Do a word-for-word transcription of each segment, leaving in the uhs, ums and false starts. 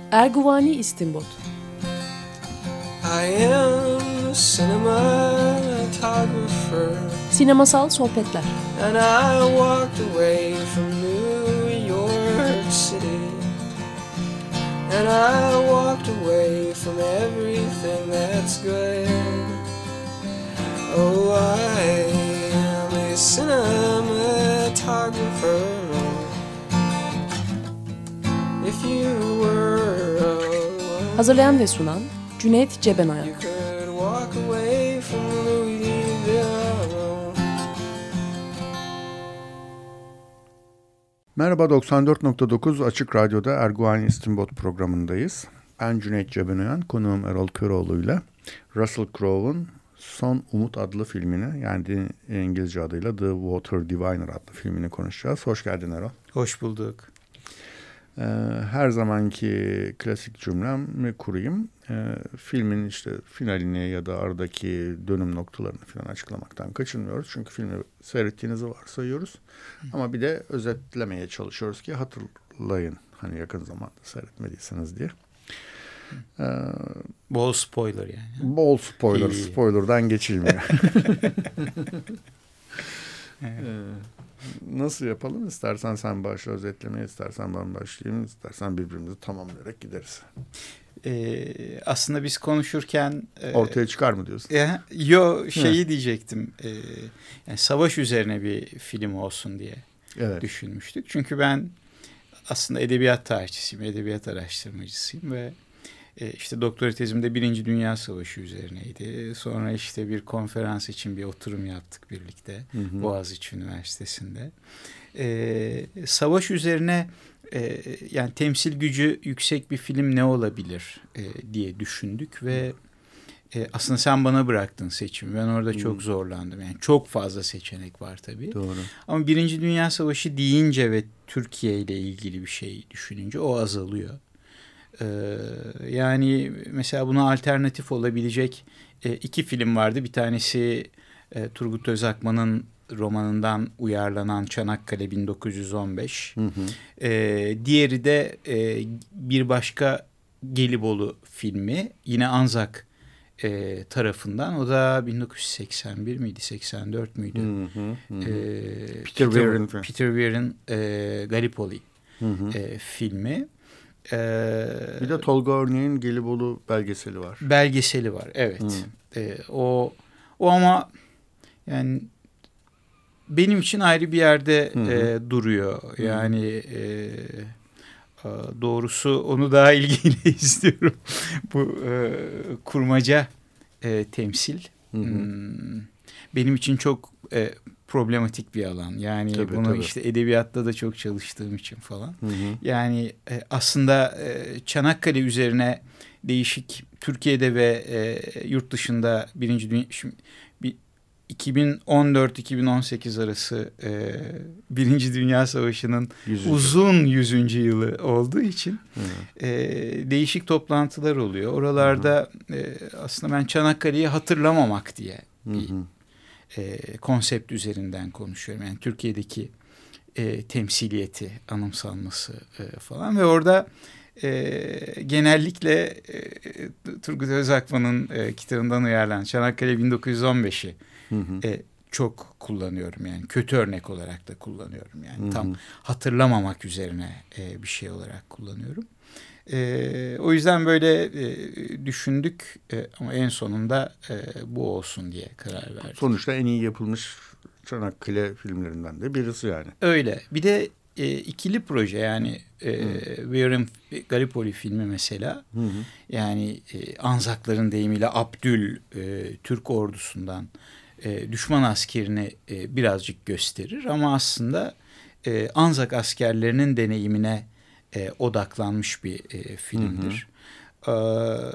Erguvani İstinbot. I am a cinematographer. Sinemasal sohbetler. And I walked away from New York City. And I walked away from everything that's good. Oh, I am a cinematographer. If you were alone, hazırlayan ve sunan Cüneyt Cebenayak. you could walk away from Louisville alone. Merhaba, doksan dört nokta dokuz Açık Radyo'da Erguvani İstinbot programındayız. Ben Cüneyt Cebenayan, konuğum Erol Köroğlu'yla Russell Crowe'un Son Umut adlı filmini, yani İngilizce adıyla The Water Diviner adlı filmini konuşacağız. Hoş geldin Erol. Hoş bulduk. Ee, her zamanki klasik cümlemi kurayım. Ee, filmin işte finalini ya da aradaki dönüm noktalarını falan açıklamaktan kaçınmıyoruz. Çünkü filmi seyrettiğinizi varsayıyoruz. Hı. Ama bir de özetlemeye çalışıyoruz ki hatırlayın. Hani yakın zamanda seyretmediyseniz diye. Ee, bol spoiler yani. Bol spoiler. İyi. Spoiler'dan geçilmiyor. Evet. Ee, nasıl yapalım? İstersen sen başla özetlemeye, istersen ben başlayayım, istersen birbirimizi tamamlayarak gideriz. Ee, aslında biz konuşurken... Ortaya e, çıkar mı diyorsun? E, yo şeyi Hı. diyecektim. E, yani savaş üzerine bir film olsun diye evet. düşünmüştük. Çünkü ben aslında edebiyat tarihçisiyim, edebiyat araştırmacısıyım ve e, işte doktora tezimde Birinci Dünya Savaşı üzerineydi. Sonra işte bir konferans için bir oturum yaptık birlikte hı hı. Boğaziçi Üniversitesi'nde. E, savaş üzerine e, yani temsil gücü yüksek bir film ne olabilir e, diye düşündük ve e, aslında sen bana bıraktın seçimi. Ben orada hı. çok zorlandım. Yani çok fazla seçenek var tabii. Doğru. Ama Birinci Dünya Savaşı deyince ve Türkiye ile ilgili bir şey düşününce o azalıyor. Yani mesela buna alternatif olabilecek iki film vardı. Bir tanesi Turgut Özakman'ın romanından uyarlanan Çanakkale bin dokuz yüz on beş. Hı hı. Diğeri de bir başka Gelibolu filmi. Yine Anzak tarafından. O da bin dokuz yüz seksen bir miydi? seksen dört müydü? Hı hı hı. Peter Weir'in Peter Weir'in Gallipoli hı hı. filmi. Ee, bir de Tolga Örneğin Gelibolu belgeseli var. Belgeseli var, evet. Ee, o o ama yani benim için ayrı bir yerde e, duruyor. Yani e, doğrusu onu daha ilgiyle izliyorum. Bu e, kurmaca e, temsil. Hı hı. Hmm, benim için çok e, problematik bir alan. Yani tabii, bunu tabii. işte edebiyatta da çok çalıştığım için falan. Hı hı. Yani e, aslında e, Çanakkale üzerine değişik Türkiye'de ve e, yurt dışında Birinci Dünya şimdi, bir, iki bin on dört iki bin on sekiz arası e, Birinci Dünya Savaşı'nın yüzüncü. uzun yüzüncü yılı olduğu için e, değişik toplantılar oluyor. Oralarda e, aslında ben Çanakkale'yi hatırlamamak diye bir hı hı. E, konsept üzerinden konuşuyorum. Yani Türkiye'deki e, temsiliyeti anımsanması e, falan ve orada e, genellikle e, Turgut Özakman'ın e, kitabından uyarlanan Çanakkale bin dokuz yüz on beşi hı hı. E, çok kullanıyorum. Yani kötü örnek olarak da kullanıyorum. Yani hı hı. tam hatırlamamak üzerine e, bir şey olarak kullanıyorum. E, o yüzden böyle e, düşündük e, ama en sonunda e, bu olsun diye karar verdik. Sonuçta en iyi yapılmış Çanakkale filmlerinden de birisi yani. Öyle. Bir de e, ikili proje yani e, Weir'in Gallipoli filmi mesela. Hı hı. Yani e, Anzakların deyimiyle Abdül e, Türk ordusundan e, düşman askerini e, birazcık gösterir ama aslında e, Anzak askerlerinin deneyimine E, odaklanmış bir e, filmdir. Hı hı. E,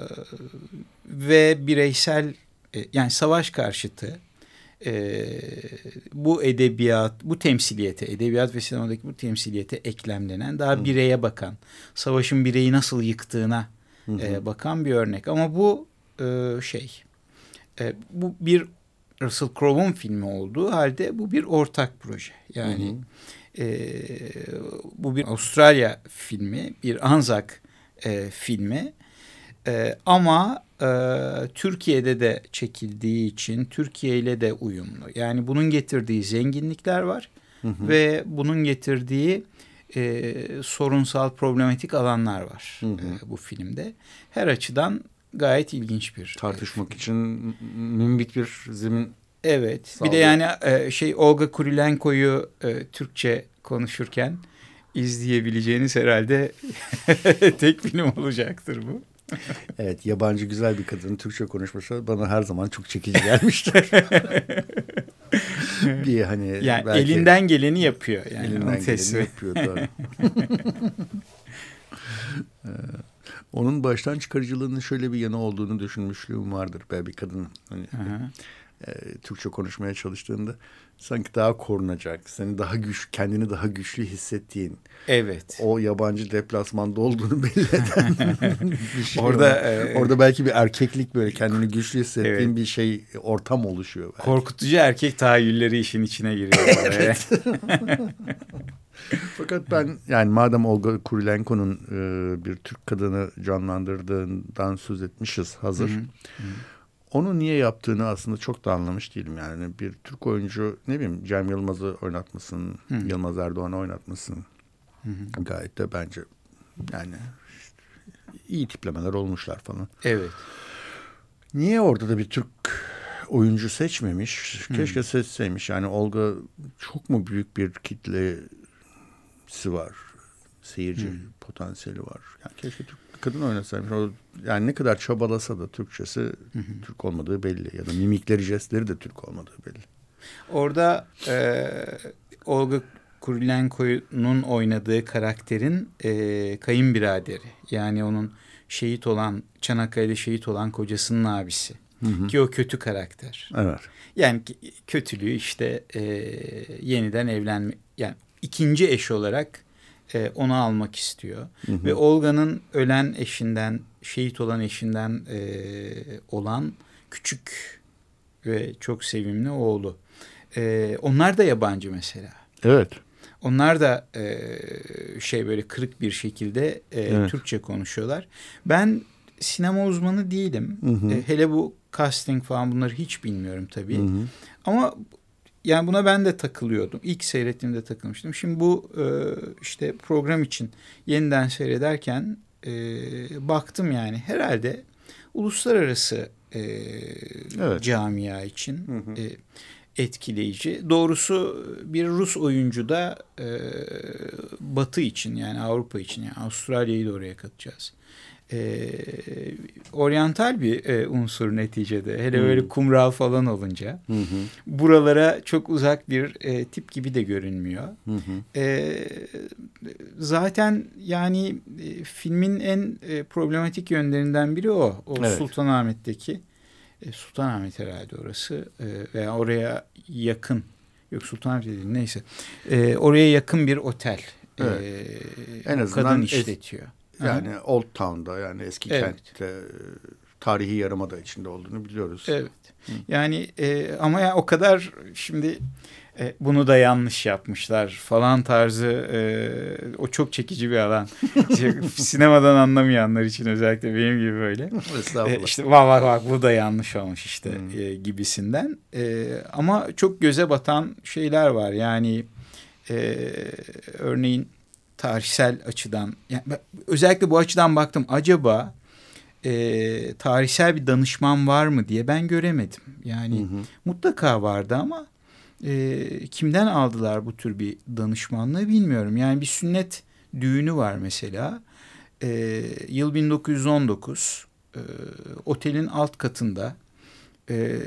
ve bireysel e, yani savaş karşıtı e, bu edebiyat, bu temsiliyete, edebiyat ve sinemadaki bu temsiliyete eklemlenen daha hı. bireye bakan, savaşın bireyi nasıl yıktığına hı hı. E, bakan bir örnek. Ama bu e, şey, e, bu bir Russell Crowe'un filmi olduğu halde bu bir ortak proje. Yani hı hı. E, bu bir Avustralya filmi, bir Anzak e, filmi. E, ama e, Türkiye'de de çekildiği için Türkiye ile de uyumlu. Yani bunun getirdiği zenginlikler var hı hı. ve bunun getirdiği e, sorunsal, problematik alanlar var hı hı. E, bu filmde. Her açıdan gayet ilginç bir tartışmak e, için mümbit bir zemin. Evet. Sağlıyor. Bir de yani e, şey Olga Kurilenko'yu e, Türkçe konuşurken izleyebileceğiniz herhalde tek film olacaktır bu. Evet, yabancı güzel bir kadının Türkçe konuşması bana her zaman çok çekici gelmiştir. bir hani yani belki, elinden geleni yapıyor. Yani elinden geleni yapıyor doğru. ee, onun baştan çıkarıcılığının şöyle bir yanı olduğunu düşünmüşlüğüm vardır. Ben bir kadın hani e, Türkçe konuşmaya çalıştığında sanki daha korunacak, seni daha güç, kendini daha güçlü hissettiğin. Evet. O yabancı deplasmanda olduğunu belli eden bir şey. Orada e, orada belki bir erkeklik böyle kendini güçlü hissettiğin evet. bir şey ortam oluşuyor. Belki. Korkutucu erkek tahayyülleri işin içine giriyor. Evet. Fakat ben yani madem Olga Kurilenko'nun e, bir Türk kadını canlandırdığından söz etmişiz hazır. Hı hı. Onu niye yaptığını aslında çok da anlamış değilim. Yani bir Türk oyuncu ne bileyim Cem Yılmaz'ı oynatmasın, hı. Yılmaz Erdoğan'ı oynatmasın. Hı hı. Gayet de bence yani iyi tiplemeler olmuşlar falan. Evet. Niye orada da bir Türk oyuncu seçmemiş? Keşke hı. seçseymiş. Yani Olga çok mu büyük bir kitlesi var? Seyirci hı. potansiyeli var. Yani keşke Türk kadın oynasaymış. O, yani ne kadar çabalasa da Türkçesi hı hı. Türk olmadığı belli. Ya da mimikleri, jestleri de Türk olmadığı belli. Orada e, Olga Kurilenko'nun oynadığı karakterin e, kayınbiraderi. Yani onun şehit olan, Çanakkale'de şehit olan kocasının abisi. Hı hı. Ki o kötü karakter. Evet. Yani kötülüğü işte e, yeniden evlenme, yani ikinci eş olarak e, onu almak istiyor. Hı hı. Ve Olga'nın ölen eşinden, şehit olan eşinden e, olan küçük ve çok sevimli oğlu. E, onlar da yabancı mesela. Evet. Onlar da e, şey böyle kırık bir şekilde e, evet. Türkçe konuşuyorlar. Ben sinema uzmanı değilim. Hı hı. E, hele bu casting falan bunları hiç bilmiyorum tabii. Hı hı. Ama yani buna ben de takılıyordum. İlk seyrettiğimde takılmıştım. Şimdi bu e, işte program için yeniden seyrederken e, baktım yani herhalde uluslararası e, evet. camia için hı hı. E, etkileyici. Doğrusu bir Rus oyuncu da e, Batı için yani Avrupa için yani Avustralya'yı da oraya katacağız. E, oryantal bir e, unsur neticede. Hele hmm. böyle kumral falan olunca. Hı hı. Buralara çok uzak bir e, tip gibi de görünmüyor. Hı hı. E, zaten yani e, filmin en e, problematik yönlerinden biri o. O evet. Sultanahmet'teki. E, Sultanahmet herhalde orası. E, veya oraya yakın. Yok Sultanahmet değil neyse. E, oraya yakın bir otel. Evet. E, en azından kadın işletiyor. Yani Aha. Old Town'da yani eski evet. kentte tarihi yarımada içinde olduğunu biliyoruz. Evet. Hı. Yani e, ama ya o kadar şimdi e, bunu da yanlış yapmışlar falan tarzı e, o çok çekici bir alan. Sinemadan anlamayanlar için özellikle benim gibi böyle. e, işte bak bak bak bu da yanlış olmuş işte hmm. e, gibisinden. E, ama çok göze batan şeyler var. Yani e, örneğin tarihsel açıdan yani özellikle bu açıdan baktım acaba e, tarihsel bir danışman var mı diye ben göremedim. Yani hı hı. mutlaka vardı ama e, kimden aldılar bu tür bir danışmanlığı bilmiyorum. Yani bir sünnet düğünü var mesela. E, yıl bin dokuz yüz on dokuz e, otelin alt katında e,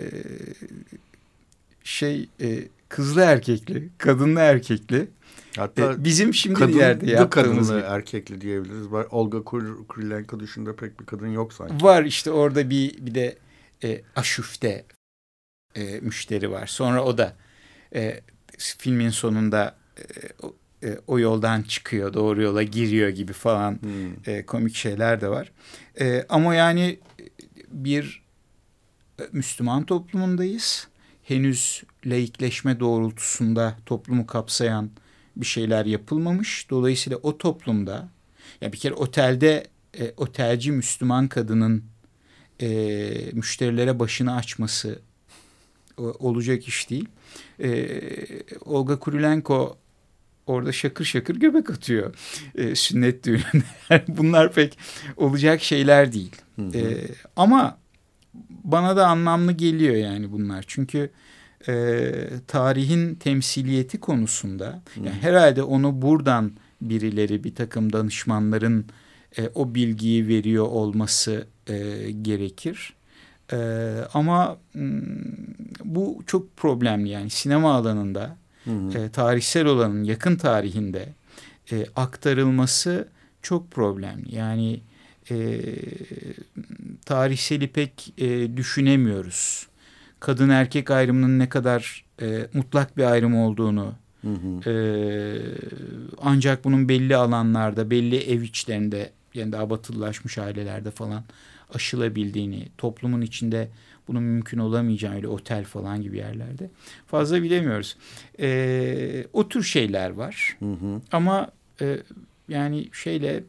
şey e, kızlı erkekli, kadınlı erkekli. Hatta e, bizim şimdi yerde yaptığımız kadınlı erkekli diyebiliriz. Olga Kurilenko dışında pek bir kadın yok sanki. Var işte orada bir bir de e, aşufte e, müşteri var. Sonra o da e, filmin sonunda e, o, e, o yoldan çıkıyor, doğru yola giriyor gibi falan hmm. e, komik şeyler de var. E, ama yani bir e, Müslüman toplumundayız. Henüz laikleşme doğrultusunda toplumu kapsayan bir şeyler yapılmamış. Dolayısıyla o toplumda ya bir kere otelde e, otelci Müslüman kadının e, müşterilere başını açması o, olacak iş değil. E, Olga Kurilenko orada şakır şakır göbek atıyor e, sünnet düğününde. Bunlar pek olacak şeyler değil. Hı hı. E, ama bana da anlamlı geliyor yani bunlar. Çünkü e, tarihin temsiliyeti konusunda yani herhalde onu buradan birileri, bir takım danışmanların e, o bilgiyi veriyor olması e, gerekir. E, ama m, bu çok problemli yani sinema alanında hı hı. E, tarihsel olanın yakın tarihinde e, aktarılması çok problemli. Yani e, tarihseli pek e, düşünemiyoruz. Kadın erkek ayrımının ne kadar e, mutlak bir ayrım olduğunu, hı hı. E, ancak bunun belli alanlarda, belli ev içlerinde, yani daha batılılaşmış ailelerde falan aşılabildiğini, toplumun içinde bunun mümkün olamayacağını, öyle otel falan gibi yerlerde fazla bilemiyoruz. E, o tür şeyler var. Hı hı. Ama e, yani şeyle,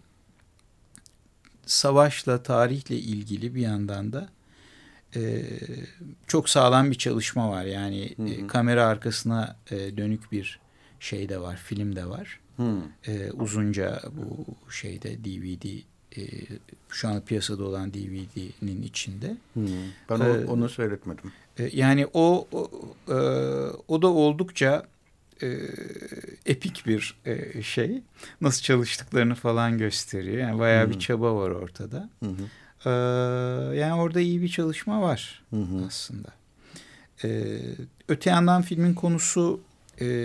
savaşla, tarihle ilgili bir yandan da e, çok sağlam bir çalışma var. Yani hı hı. E, kamera arkasına e, dönük bir şey de var, film de var. Hı. E, uzunca bu şeyde D V D, e, şu an piyasada olan D V D'nin içinde. Hı. Ben o, onu seyretmedim. E, yani o o, e, o da oldukça e, epik bir e, şey. Nasıl çalıştıklarını falan gösteriyor. Yani bayağı hı. bir çaba var ortada. Hı hı. Ee, yani orada iyi bir çalışma var hı hı. aslında. Ee, öte yandan filmin konusu e,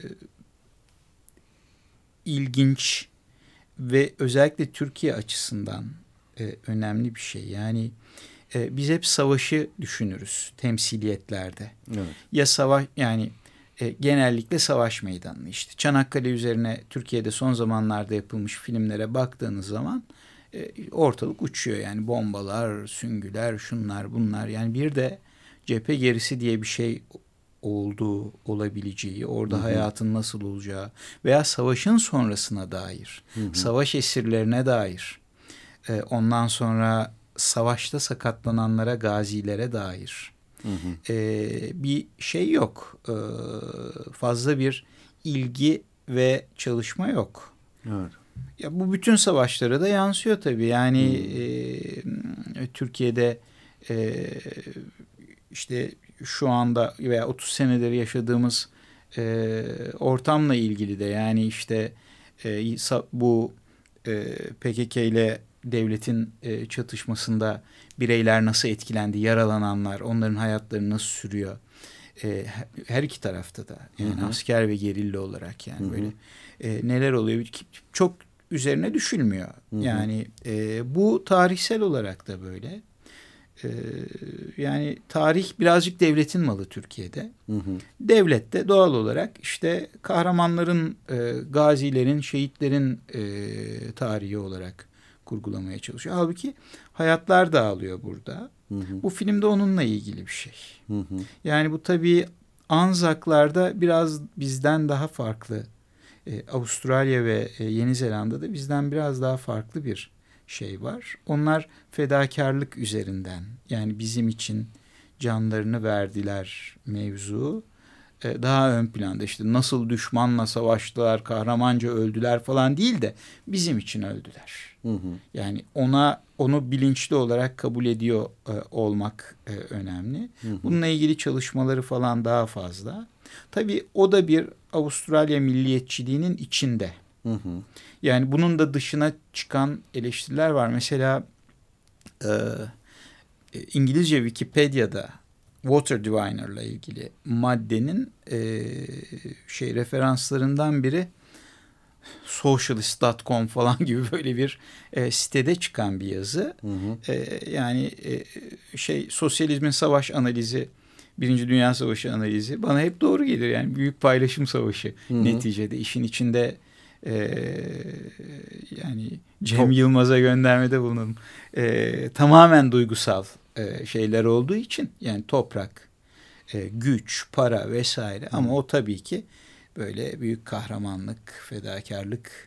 ilginç ve özellikle Türkiye açısından e, önemli bir şey. Yani e, biz hep savaşı düşünürüz temsiliyetlerde. Evet. Ya savaş, yani e, genellikle savaş meydanını, işte Çanakkale üzerine Türkiye'de son zamanlarda yapılmış filmlere baktığınız zaman ortalık uçuyor yani, bombalar, süngüler, şunlar bunlar. Yani bir de cephe gerisi diye bir şey olduğu, olabileceği, orada hı hı. hayatın nasıl olacağı veya savaşın sonrasına dair, hı hı. savaş esirlerine dair, ondan sonra savaşta sakatlananlara, gazilere dair hı hı. bir şey yok. Fazla bir ilgi ve çalışma yok. Evet. Ya bu bütün savaşlara da yansıyor tabii. Yani hmm. e, Türkiye'de e, işte şu anda veya otuz senedir yaşadığımız e, ortamla ilgili de, yani işte e, bu e, P K K ile devletin e, çatışmasında bireyler nasıl etkilendi, yaralananlar, onların hayatları nasıl sürüyor? E, her iki tarafta da, yani hı hı. asker ve gerilla olarak yani hı hı. böyle e, neler oluyor? Çok üzerine düşülmüyor. Hı hı. Yani e, bu tarihsel olarak da böyle. E, yani tarih birazcık devletin malı Türkiye'de. Hı hı. Devlet de doğal olarak işte kahramanların, e, gazilerin, şehitlerin e, tarihi olarak kurgulamaya çalışıyor. Halbuki hayatlar dağılıyor burada. Hı hı. Bu filmde onunla ilgili bir şey. Hı hı. Yani bu tabii Anzaklar'da biraz bizden daha farklı. Ee, Avustralya ve e, Yeni Zelanda'da bizden biraz daha farklı bir şey var. Onlar fedakarlık üzerinden, yani bizim için canlarını verdiler mevzu e, daha ön planda. İşte nasıl düşmanla savaştılar, kahramanca öldüler falan değil de bizim için öldüler. Hı hı. Yani ona onu bilinçli olarak kabul ediyor e, olmak e, önemli. Hı hı. Bununla ilgili çalışmaları falan daha fazla. Tabii o da bir Avustralya milliyetçiliğinin içinde. Hı hı. Yani bunun da dışına çıkan eleştiriler var. Mesela e, İngilizce Wikipedia'da Water Diviner'la ilgili maddenin e, şey referanslarından biri socialist nokta com falan gibi böyle bir e, sitede çıkan bir yazı. Hı hı. E, yani e, şey sosyalizmin savaş analizi, Birinci Dünya Savaşı analizi bana hep doğru gelir. Yani büyük paylaşım savaşı hı hı. neticede işin içinde e, yani Cem Top. Yılmaz'a göndermede bulunalım. E, tamamen duygusal e, şeyler olduğu için, yani toprak, e, güç, para vesaire, hı. ama o tabii ki böyle büyük kahramanlık, fedakarlık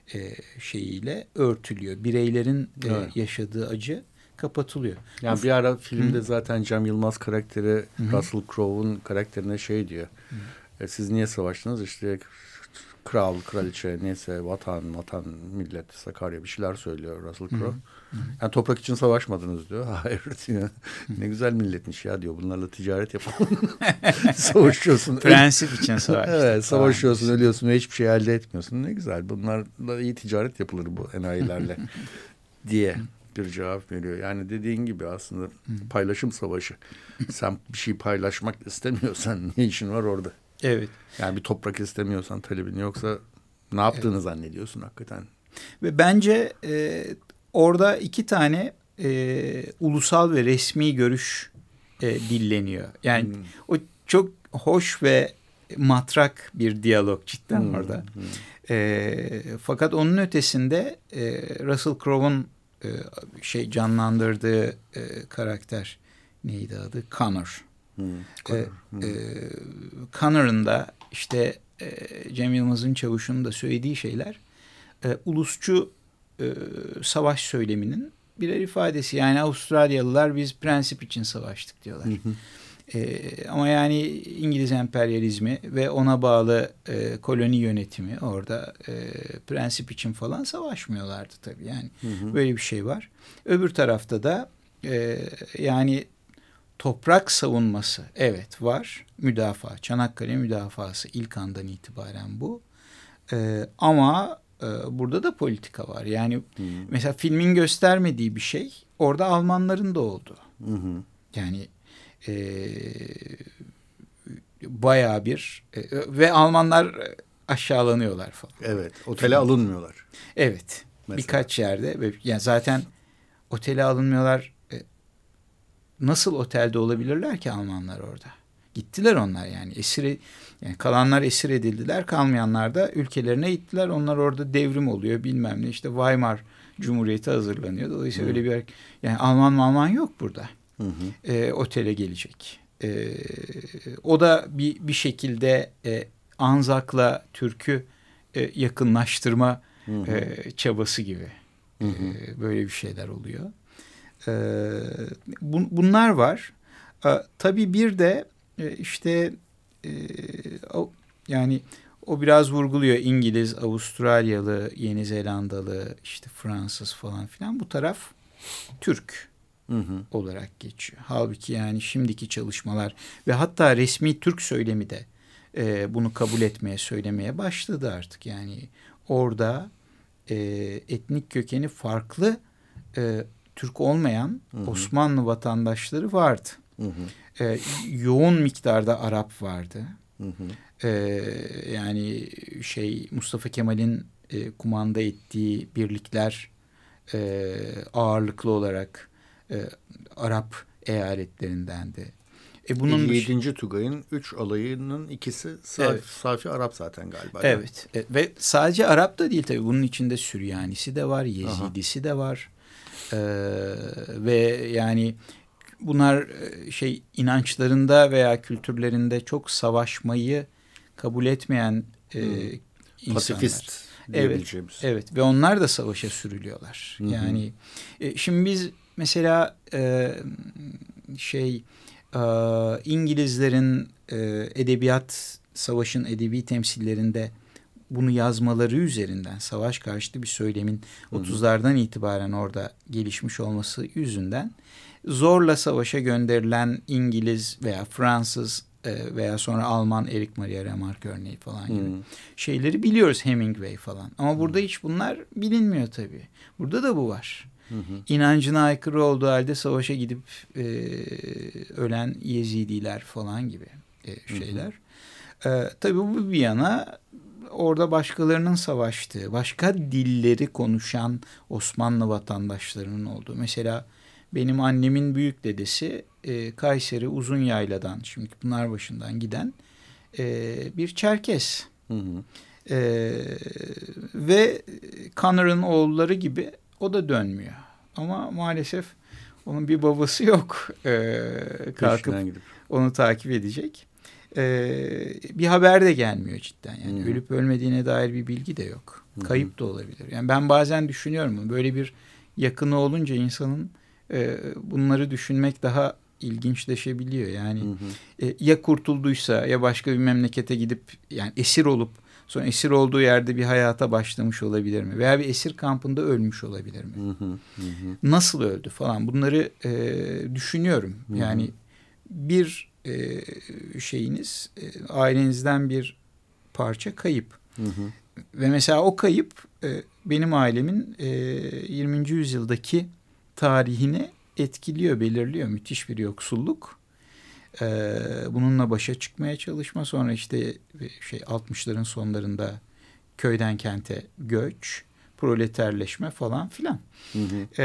e, şeyiyle örtülüyor. Bireylerin evet. e, yaşadığı acı kapatılıyor. Yani bir ara filmde Hı. zaten Cem Yılmaz karakteri Hı. Russell Crowe'un karakterine şey diyor. E, siz niye savaştınız? İşte kral, kraliçe, neyse vatan, vatan, millet, Sakarya bir şeyler söylüyor Russell Crowe. Hı. Yani toprak için savaşmadınız diyor. Hayır diyor. Ne güzel milletmiş ya diyor. Bunlarla ticaret yapalım. Savaşıyorsun. Prensip için savaştık. Evet, savaşıyorsun, tamam. Ölüyorsun ve hiçbir şey elde etmiyorsun. Ne güzel. Bunlarla iyi ticaret yapılır bu enayilerle diye bir cevap veriyor. Yani dediğin gibi aslında paylaşım savaşı. Sen bir şey paylaşmak istemiyorsan ne işin var orada? Evet. Yani bir toprak istemiyorsan, talebin yoksa ne yaptığını evet. zannediyorsun hakikaten. Ve bence e, orada iki tane e, ulusal ve resmi görüş e, dilleniyor. Yani hmm. o çok hoş ve matrak bir diyalog cidden hmm. orada. Hmm. E, fakat onun ötesinde e, Russell Crowe'un e, şey canlandırdığı e, karakter neydi adı? Connor. Hmm. Connor. Hmm. E, e, Connor'ın da işte e, Cem Yılmaz'ın Çavuş'un da söylediği şeyler e, ulusçu e, savaş söyleminin birer ifadesi. Yani Avustralyalılar biz prensip için savaştık diyorlar. Hı hı. E, ama yani İngiliz emperyalizmi ve ona bağlı e, koloni yönetimi orada e, prensip için falan savaşmıyorlardı tabii. Yani hı hı. böyle bir şey var. Öbür tarafta da e, yani toprak savunması evet var. Müdafaa, Çanakkale müdafası ilk andan itibaren bu. E, ama e, burada da politika var. Yani hı. mesela filmin göstermediği bir şey orada Almanların da oldu. Hı hı. Yani e, bayağı bir e, ve Almanlar aşağılanıyorlar falan. Evet, otele alınmıyorlar. Evet, mesela. Birkaç yerde. Yani zaten otele alınmıyorlar. E, nasıl otelde olabilirler ki Almanlar orada? Gittiler onlar yani. Esir, yani kalanlar esir edildiler, kalmayanlar da ülkelerine gittiler. Onlar orada devrim oluyor, bilmem ne. İşte Weimar Cumhuriyeti hazırlanıyor. Dolayısıyla hı. öyle bir yani Alman Alman yok burada. Hı hı. E, otele gelecek. E, o da bir bir şekilde e, Anzak'la Türk'ü e, yakınlaştırma hı hı. E, çabası gibi. Hı hı. E, böyle bir şeyler oluyor. E, bun, bunlar var. E, tabii bir de e, işte e, o, yani o biraz vurguluyor İngiliz, Avustralyalı, Yeni Zelandalı, işte Fransız falan filan. Bu taraf Türk. Hı hı. olarak geçiyor. Halbuki yani şimdiki çalışmalar ve hatta resmi Türk söylemi de e, bunu kabul etmeye, söylemeye başladı artık. Yani orada e, etnik kökeni farklı e, Türk olmayan hı hı. Osmanlı vatandaşları vardı. Hı hı. E, yoğun miktarda Arap vardı. Hı hı. E, yani şey Mustafa Kemal'in e, kumanda ettiği birlikler e, ağırlıklı olarak E, Arap eyaletlerindendi. E bunun yedinci Tugay'ın üç alayının ikisi safi, evet. safi Arap zaten galiba. Evet. E, ve sadece Arap da değil tabii. Bunun içinde Süryanisi de var, Yezidisi Aha. de var. E, ve yani bunlar şey inançlarında veya kültürlerinde çok savaşmayı kabul etmeyen e, hmm. insanlar. Pasifist. Evet. Evet. Ve onlar da savaşa sürülüyorlar. Hı-hı. Yani e, şimdi biz mesela e, şey e, İngilizlerin e, edebiyat savaşın edebi temsillerinde bunu yazmaları üzerinden savaş karşıtı bir söylemin otuzlardan itibaren orada gelişmiş olması yüzünden zorla savaşa gönderilen İngiliz veya Fransız e, veya sonra Alman Erik Maria Remarque örneği falan gibi hmm. şeyleri biliyoruz, Hemingway falan. Ama hmm. burada hiç bunlar bilinmiyor tabii. Burada da bu var. Hı hı. İnancına aykırı olduğu halde savaşa gidip e, ölen Yezidiler falan gibi e, şeyler. Hı hı. E, tabii bu bir yana orada başkalarının savaştığı, başka dilleri konuşan Osmanlı vatandaşlarının olduğu. Mesela benim annemin büyük dedesi e, Kayseri Uzunyayladan, şimdi Pınarbaşı'ndan giden e, bir Çerkes. Hı hı. E, ve Connor'ın oğulları gibi o da dönmüyor. Ama maalesef onun bir babası yok. Ee, kalkıp onu takip edecek. Ee, bir haber de gelmiyor cidden. Yani hmm. ölüp ölmediğine dair bir bilgi de yok. Kayıp da olabilir. Yani ben bazen düşünüyorum böyle bir yakını olunca insanın e, bunları düşünmek daha ilginçleşebiliyor. Yani hı hı. E, ya kurtulduysa ya başka bir memlekete gidip yani esir olup sonra esir olduğu yerde bir hayata başlamış olabilir mi? Veya bir esir kampında ölmüş olabilir mi? Hı hı hı. Nasıl öldü falan bunları e, düşünüyorum. Hı hı. Yani bir e, şeyiniz e, ailenizden bir parça kayıp. Hı hı. Ve mesela o kayıp e, benim ailemin e, yirminci yüzyıldaki tarihini etkiliyor, belirliyor. Müthiş bir yoksulluk. E, bununla başa çıkmaya çalışma. Sonra işte şey altmışların sonlarında köyden kente göç, proleterleşme falan filan. Hı hı. E,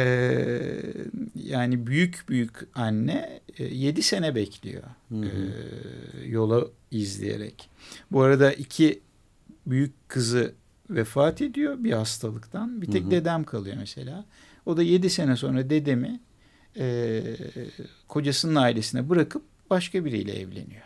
yani büyük büyük anne e, yedi sene bekliyor. Hı hı. E, yola izleyerek. Bu arada iki büyük kızı vefat ediyor bir hastalıktan. Bir tek hı hı. dedem kalıyor mesela. O da yedi sene sonra dedemi e, kocasının ailesine bırakıp başka biriyle evleniyor.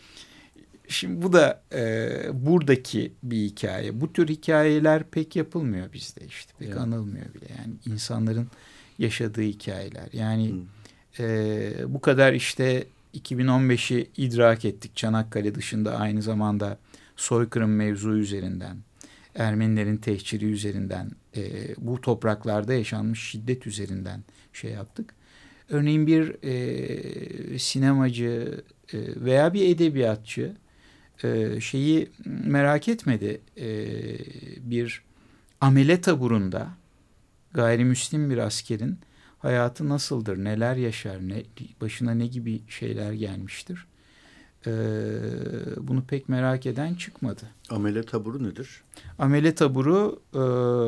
Şimdi bu da e, buradaki bir hikaye. Bu tür hikayeler pek yapılmıyor bizde işte. Pek evet. anılmıyor bile. Yani insanların yaşadığı hikayeler. Yani e, bu kadar işte iki bin on beşi idrak ettik. Çanakkale dışında aynı zamanda soykırım mevzu üzerinden, Ermenilerin tehciri üzerinden, e, bu topraklarda yaşanmış şiddet üzerinden şey yaptık. Örneğin bir e, sinemacı e, veya bir edebiyatçı e, şeyi merak etmedi. E, bir amele taburunda gayrimüslim bir askerin hayatı nasıldır, neler yaşar, ne, başına ne gibi şeyler gelmiştir. Ee, bunu pek merak eden çıkmadı. Amele taburu nedir? Amele taburu e,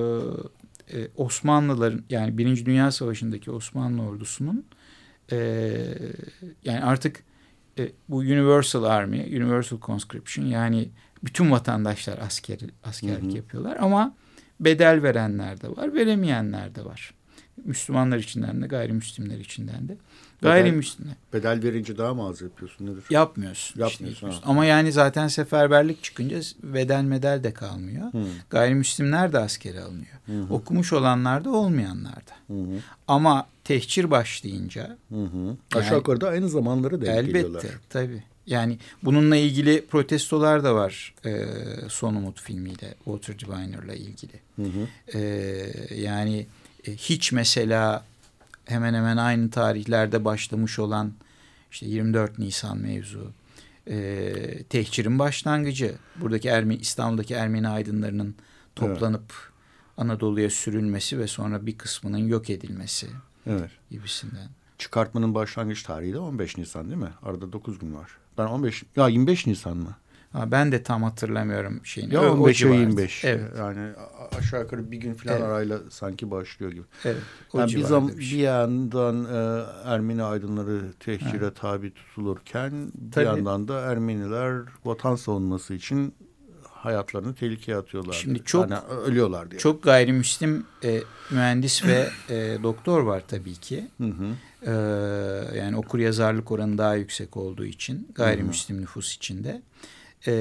e, Osmanlıların yani Birinci Dünya Savaşı'ndaki Osmanlı ordusunun e, yani artık e, bu Universal Army, Universal Conscription yani bütün vatandaşlar asker, askerlik hı hı. yapıyorlar ama bedel verenler de var, veremeyenler de var. Müslümanlar içinden de gayrimüslimler içinden de. Gayrimüslimler. Bedel, bedel verince daha mı az yapıyorsun? Nedir? Yapmıyorsun. Yapmıyorsun. Işte ama yani zaten seferberlik çıkınca bedel medel de kalmıyor. Hmm. Gayrimüslimler de askere alınıyor. Hmm. Okumuş olanlar da olmayanlar da. Hmm. Ama tehcir başlayınca. Hmm. Yani, aşağı yukarı da aynı zamanları denk elbette, geliyorlar. Elbette tabii. Yani bununla ilgili protestolar da var e, Son Umut filmiyle, Walter Diviner'la ilgili. Hı hı. E, yani e, hiç mesela hemen hemen aynı tarihlerde başlamış olan işte yirmi dört Nisan mevzu, e, tehcirin başlangıcı. Buradaki Ermeni, İstanbul'daki Ermeni aydınlarının toplanıp evet. Anadolu'ya sürülmesi ve sonra bir kısmının yok edilmesi evet. gibisinden. Çıkartmanın başlangıç tarihi de on beş Nisan değil mi? Arada dokuz gün var. Ben on beş ya yirmi beş Nisan mı? Ha, ben de tam hatırlamıyorum şeyini. Ya on beş yirmi beş. Evet. Yani aşağı yukarı bir gün falan evet. arayla sanki başlıyor gibi. Evet. Yani bir, zam, bir, şey. bir yandan e, Ermeni aydınları tehcire evet. tabi tutulurken Tabii. bir yandan da Ermeniler vatan savunması için hayatlarını tehlikeye atıyorlar. Şimdi çok yani ölüyorlar diye. Çok gayrimüslim e, mühendis ve e, doktor var tabii ki. Hı hı. E, yani okuryazarlık oranı daha yüksek olduğu için gayrimüslim hı hı. nüfus içinde. E,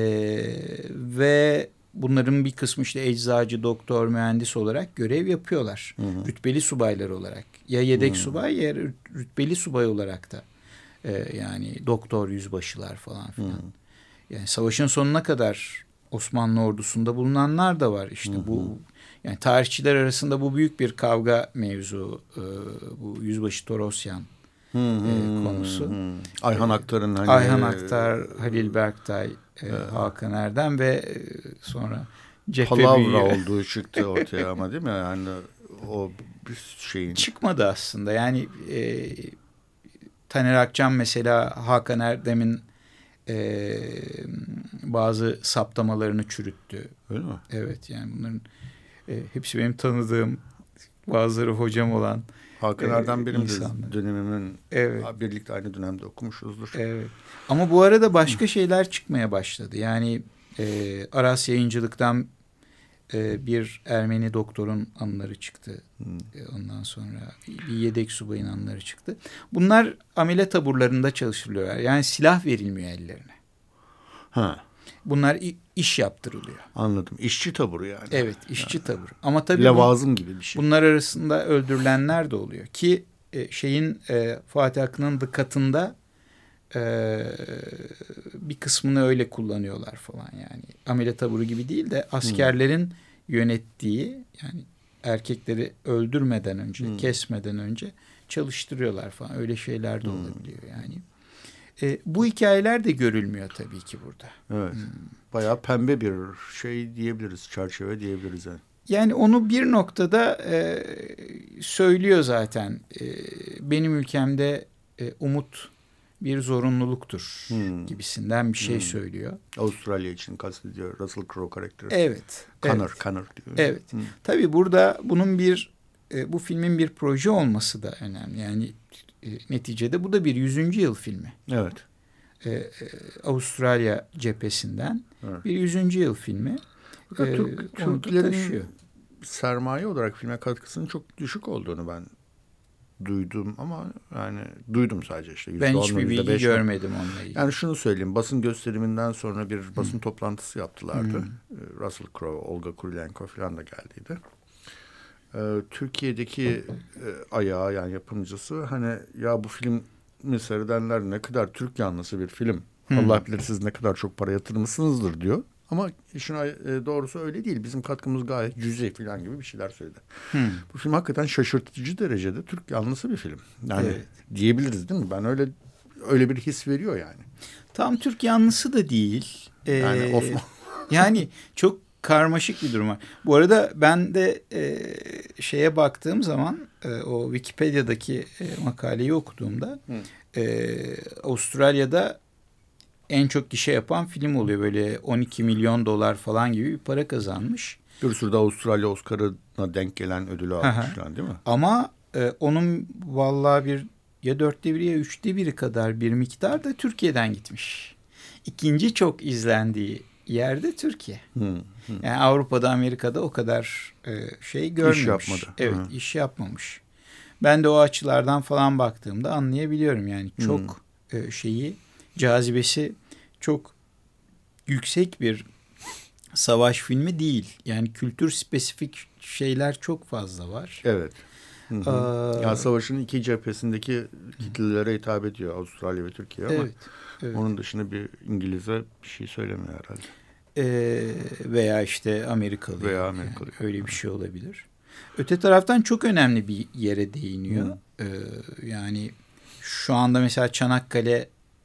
ve bunların bir kısmı işte eczacı, doktor, mühendis olarak görev yapıyorlar. Hı hı. Rütbeli subaylar olarak. Ya yedek hı. subay ya rütbeli subay olarak da. E, yani doktor, yüzbaşılar falan filan. Hı. Yani savaşın sonuna kadar Osmanlı ordusunda bulunanlar da var. İşte hı hı. bu yani tarihçiler arasında bu büyük bir kavga mevzu. E, bu Yüzbaşı Torosyan hı hı. E, konusu. Hı. Ayhan Aktar'ın hani Ayhan Aktar, Halil Berktay, e, evet. Hakan Erdem ve e, sonra cephe büyüğü. Palavra olduğu çıktı ortaya ama değil mi? Yani o bir şeyin. Çıkmadı aslında. Yani e, Taner Akçam mesela Hakan Erdem'in e, bazı saptamalarını çürüttü. Öyle mi? Evet yani bunların e, hepsi benim tanıdığım, bazıları hocam olan Hakan Erdem benim insanlar. De dönemimin evet. birlikte aynı dönemde okumuşuzdur. Evet. Ama bu arada başka şeyler çıkmaya başladı. Yani e, Aras Yayıncılık'tan e, bir Ermeni doktorun anıları çıktı. E, ondan sonra bir yedek subayın anıları çıktı. Bunlar amele taburlarında çalıştırılıyorlar. Yani silah verilmiyor ellerine. Ha. Bunlar iş yaptırılıyor. Anladım. İşçi taburu yani. Evet, işçi yani. taburu. Ama tabii levazım bu, gibi bir şey. Bunlar arasında öldürülenler de oluyor ki e, şeyin e, Fatih Akın'ın The Cut'ında e, bir kısmını öyle kullanıyorlar falan yani. Amele taburu gibi değil de askerlerin hmm. yönettiği, yani erkekleri öldürmeden önce, hmm. kesmeden önce çalıştırıyorlar falan. Öyle şeyler de hmm. olabiliyor yani. E, bu hikayeler de görülmüyor tabii ki burada. Evet. Hmm. Bayağı pembe bir şey diyebiliriz, çerçeve diyebiliriz yani. Yani onu bir noktada e, söylüyor zaten. E, benim ülkemde e, umut bir zorunluluktur hmm. gibisinden bir şey hmm. söylüyor. Avustralya için kastediyor Russell Crowe karakteri. Evet. Connor, evet. Connor diyor. Evet. Hmm. Tabii burada bunun bir, e, bu filmin bir proje olması da önemli. Yani e, neticede bu da bir yüzüncü yıl filmi. Evet. E, e, Avustralya cephesinden evet. bir yüzüncü yıl filmi. Fakat Türk, e, Türklerin sermaye olarak filme katkısının çok düşük olduğunu ben duydum ama yani duydum sadece işte. Ben hiçbir bilgi görmedim onunla ilgili. Yani şunu söyleyeyim, basın gösteriminden sonra bir basın hmm. toplantısı yaptılardı. Hmm. Russell Crowe, Olga Kurylenko falan da geldiydi. Ee, Türkiye'deki e, ayağı yani yapımcısı hani ya bu filmi seyredenler ne kadar Türk yanlısı bir film. Hmm. Allah bilir siz ne kadar çok para yatırmışsınızdır diyor. Ama işin doğrusu öyle değil. Bizim katkımız gayet cüzi falan gibi bir şeyler söyledi. Hmm. Bu film hakikaten şaşırtıcı derecede Türk yanlısı bir film. Yani evet. diyebiliriz değil mi? Ben öyle öyle bir his veriyor yani. Tam Türk yanlısı da değil. Ee, yani Osman. Yani çok karmaşık bir durum var. Bu arada ben de e, şeye baktığım zaman e, o Wikipedia'daki e, makaleyi okuduğumda hmm. e, Avustralya'da en çok gişe yapan film oluyor. Böyle on iki milyon dolar falan gibi bir para kazanmış. Bir sürü de Avustralya Oscar'ına denk gelen ödülü almış falan değil mi? Ama e, onun vallahi bir ya dörtte biri ya üçte biri kadar bir miktar da Türkiye'den gitmiş. İkinci çok izlendiği yerde Türkiye. Hmm, hmm. Yani Avrupa'da, Amerika'da o kadar e, şey görmemiş. İş yapmadı. Evet, hmm. iş yapmamış. Ben de o açılardan falan baktığımda anlayabiliyorum yani. Çok hmm. e, şeyi, cazibesi çok yüksek bir savaş filmi değil. Yani kültür spesifik şeyler çok fazla var. Evet. Hı hı. Ee, ya savaşın iki cephesindeki kitlelere hitap ediyor Avustralya ve Türkiye ama evet, evet. onun dışında bir İngiliz'e bir şey söylemiyor herhalde. Ee, veya işte Amerikalı. Veya Amerikalı. Yani öyle bir şey olabilir. Öte taraftan çok önemli bir yere değiniyor. Ee, yani şu anda mesela Çanakkale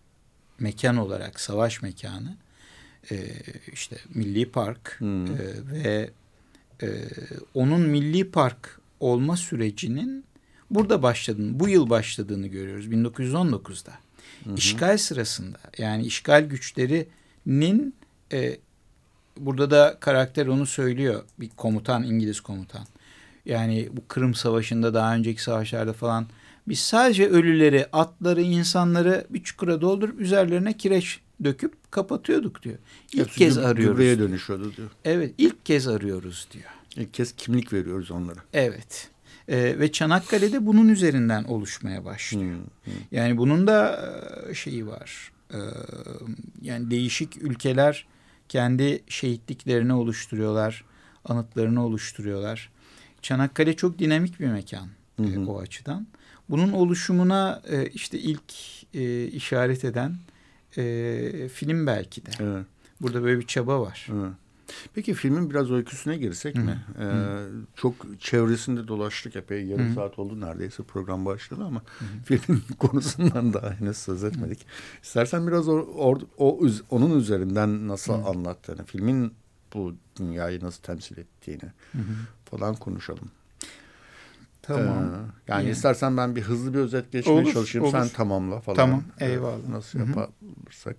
mekan olarak savaş mekanı e, işte Milli Park hmm. e, ve e, onun Milli Park olma sürecinin burada başladığını, bu yıl başladığını görüyoruz bin dokuz yüz on dokuzda. Hmm. İşgal sırasında yani işgal güçlerinin e, burada da karakter onu söylüyor, bir komutan, İngiliz komutan. Yani bu Kırım Savaşı'nda daha önceki savaşlarda falan biz sadece ölüleri, atları, insanları bir çukura doldurup üzerlerine kireç döküp kapatıyorduk diyor. İlk Hepsi kez arıyoruz. Gübreye dönüşüyordu diyor. Evet, ilk kez arıyoruz diyor. İlk kez kimlik veriyoruz onlara. Evet. Ee, ve Çanakkale'de bunun üzerinden oluşmaya başlıyor. Hmm, hmm. Yani bunun da şeyi var. Ee, yani değişik ülkeler kendi şehitliklerini oluşturuyorlar, anıtlarını oluşturuyorlar. Çanakkale çok dinamik bir mekan hı hı. E, o açıdan. Bunun oluşumuna e, işte ilk e, işaret eden e, film belki de. Evet. Burada böyle bir çaba var. Evet. Peki filmin biraz öyküsüne girsek hı. mi? Ee, çok çevresinde dolaştık epey. Yarım hı. saat oldu neredeyse program başladı ama hı. filmin konusundan daha henüz söz etmedik. Hı. İstersen biraz o, o, o onun üzerinden nasıl hı. anlattığını, filmin bu dünyayı nasıl temsil ettiğini hı. falan konuşalım. Tamam. Ee, yani yani istersen ben bir hızlı bir özet geçmeye olur, çalışayım. Olur. Sen tamamla falan. Tamam. Eyvallah. Nasıl yaparsak.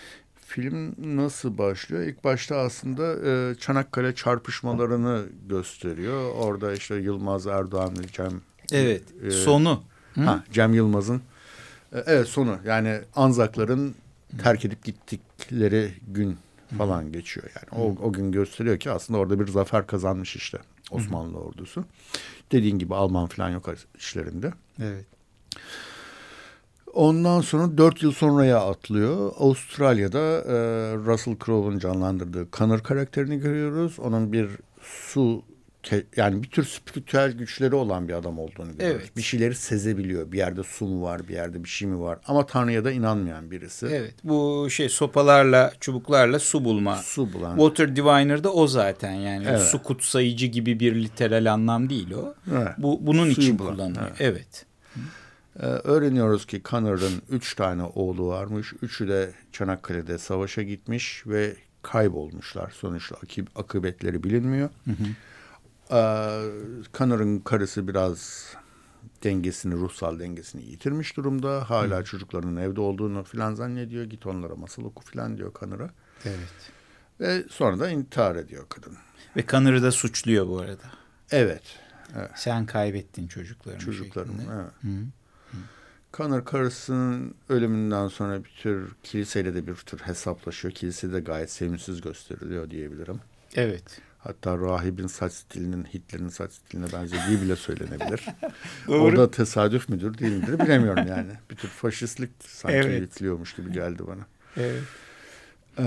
Film nasıl başlıyor? İlk başta aslında e, Çanakkale çarpışmalarını gösteriyor. Orada işte Yılmaz Erdoğan ve Cem. Evet. E, sonu. Ha, Cem Yılmaz'ın. E, evet sonu. Yani Anzakların terk edip gittikleri gün falan Hı. geçiyor. Yani o, o gün gösteriyor ki aslında orada bir zafer kazanmış işte Osmanlı Hı. ordusu. Dediğin gibi Alman falan yok işlerinde. Evet. Ondan sonra dört yıl sonraya atlıyor. Avustralya'da e, Russell Crowe'un canlandırdığı Connor karakterini görüyoruz. Onun bir su yani bir tür spiritüel güçleri olan bir adam olduğunu görüyoruz. Evet. Bir şeyleri sezebiliyor. Bir yerde su mu var, bir yerde bir şey mi var? Ama Tanrı'ya da inanmayan birisi. Evet. Bu şey sopalarla, çubuklarla su bulma. Su bulan. Water Diviner da o zaten yani. Evet. Su kutsayıcı gibi bir literal anlam değil o. Evet. Bu bunun Suyu için bulan. kullanılıyor. Evet. Evet. Ee, öğreniyoruz ki Connor'ın üç tane oğlu varmış. Üçü de Çanakkale'de savaşa gitmiş ve kaybolmuşlar. Sonuçta akib- akıbetleri bilinmiyor. Hı hı. Ee, Connor'ın karısı biraz dengesini, ruhsal dengesini yitirmiş durumda. Hala hı. çocuklarının evde olduğunu filan zannediyor. Git onlara masal oku filan diyor Connor'a. Evet. Ve sonra da intihar ediyor kadın. Ve Connor'ı da suçluyor bu arada. Evet. evet. Sen kaybettin çocuklarını. Çocuklarımı, şeklinde. evet. Hı. Connor karısının ölümünden sonra bir tür kiliseyle de bir tür hesaplaşıyor. Kilise de gayet sevimsiz gösteriliyor diyebilirim. Evet. Hatta rahibin saç stilinin Hitler'in saç stiline benzediği bile söylenebilir. Doğru. O da tesadüf müdür değil midir bilemiyorum yani. Bir tür faşistlik sanki evet. yüklüyormuş gibi geldi bana. Evet. Ee,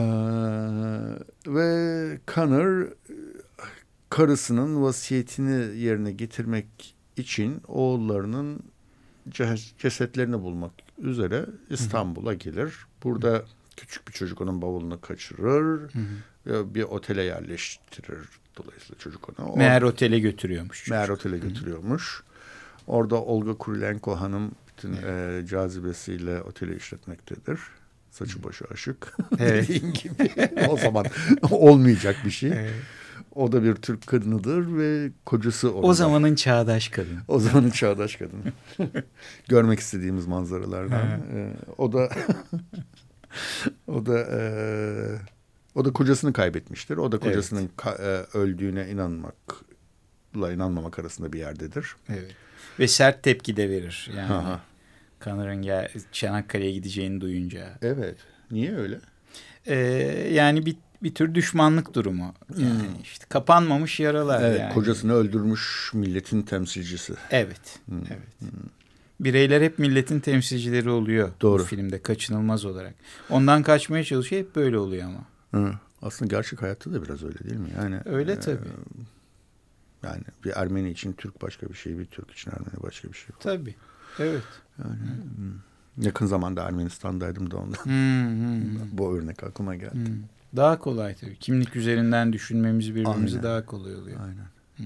ve Connor karısının vasiyetini yerine getirmek için oğullarının cesetlerini bulmak üzere İstanbul'a gelir. Burada küçük bir çocuk onun bavulunu kaçırır hı hı. ve bir otele yerleştirir. Dolayısıyla çocuk onu. Meğer otele götürüyormuş. Meğer otele götürüyormuş. Orada Olga Kurilenko hanım bütün evet. e, cazibesiyle oteli işletmektedir. Saçı başı aşık. Evet. Dediğin gibi. O zaman olmayacak bir şey. Evet. O da bir Türk kadınıdır ve kocası orada. O zamanın çağdaş kadını. O zamanın çağdaş kadını. Görmek istediğimiz manzaralardan. ee, o da o da e, o da kocasını kaybetmiştir. O da kocasının evet. ka, e, öldüğüne inanmakla inanmamak arasında bir yerdedir. Evet. Ve sert tepki de verir. Yani Connor'ın gel- Çanakkale'ye gideceğini duyunca. Evet. Niye öyle? Ee, yani bir bir tür düşmanlık durumu. Yani hmm. işte kapanmamış yaralar. Evet, yani. Kocasını öldürmüş milletin temsilcisi. Evet. Hmm. Evet. Hmm. Bireyler hep milletin temsilcileri oluyor. Doğru. Bu filmde kaçınılmaz olarak. Ondan kaçmaya çalışıyor. Hep böyle oluyor ama. Hı. Aslında gerçek hayatta da biraz öyle değil mi? Yani öyle tabii. E, yani bir Ermeni için Türk başka bir şey, bir Türk için Ermeni başka bir şey. Tabii. Evet. Yani hmm. yakın zamanda Ermenistan'daydım da ondan. Hmm, hmm. Bu örnek aklıma geldi. Hmm. Daha kolay tabii. Kimlik üzerinden düşünmemiz birbirimizi Aynen. daha kolay oluyor. Aynen. Hmm.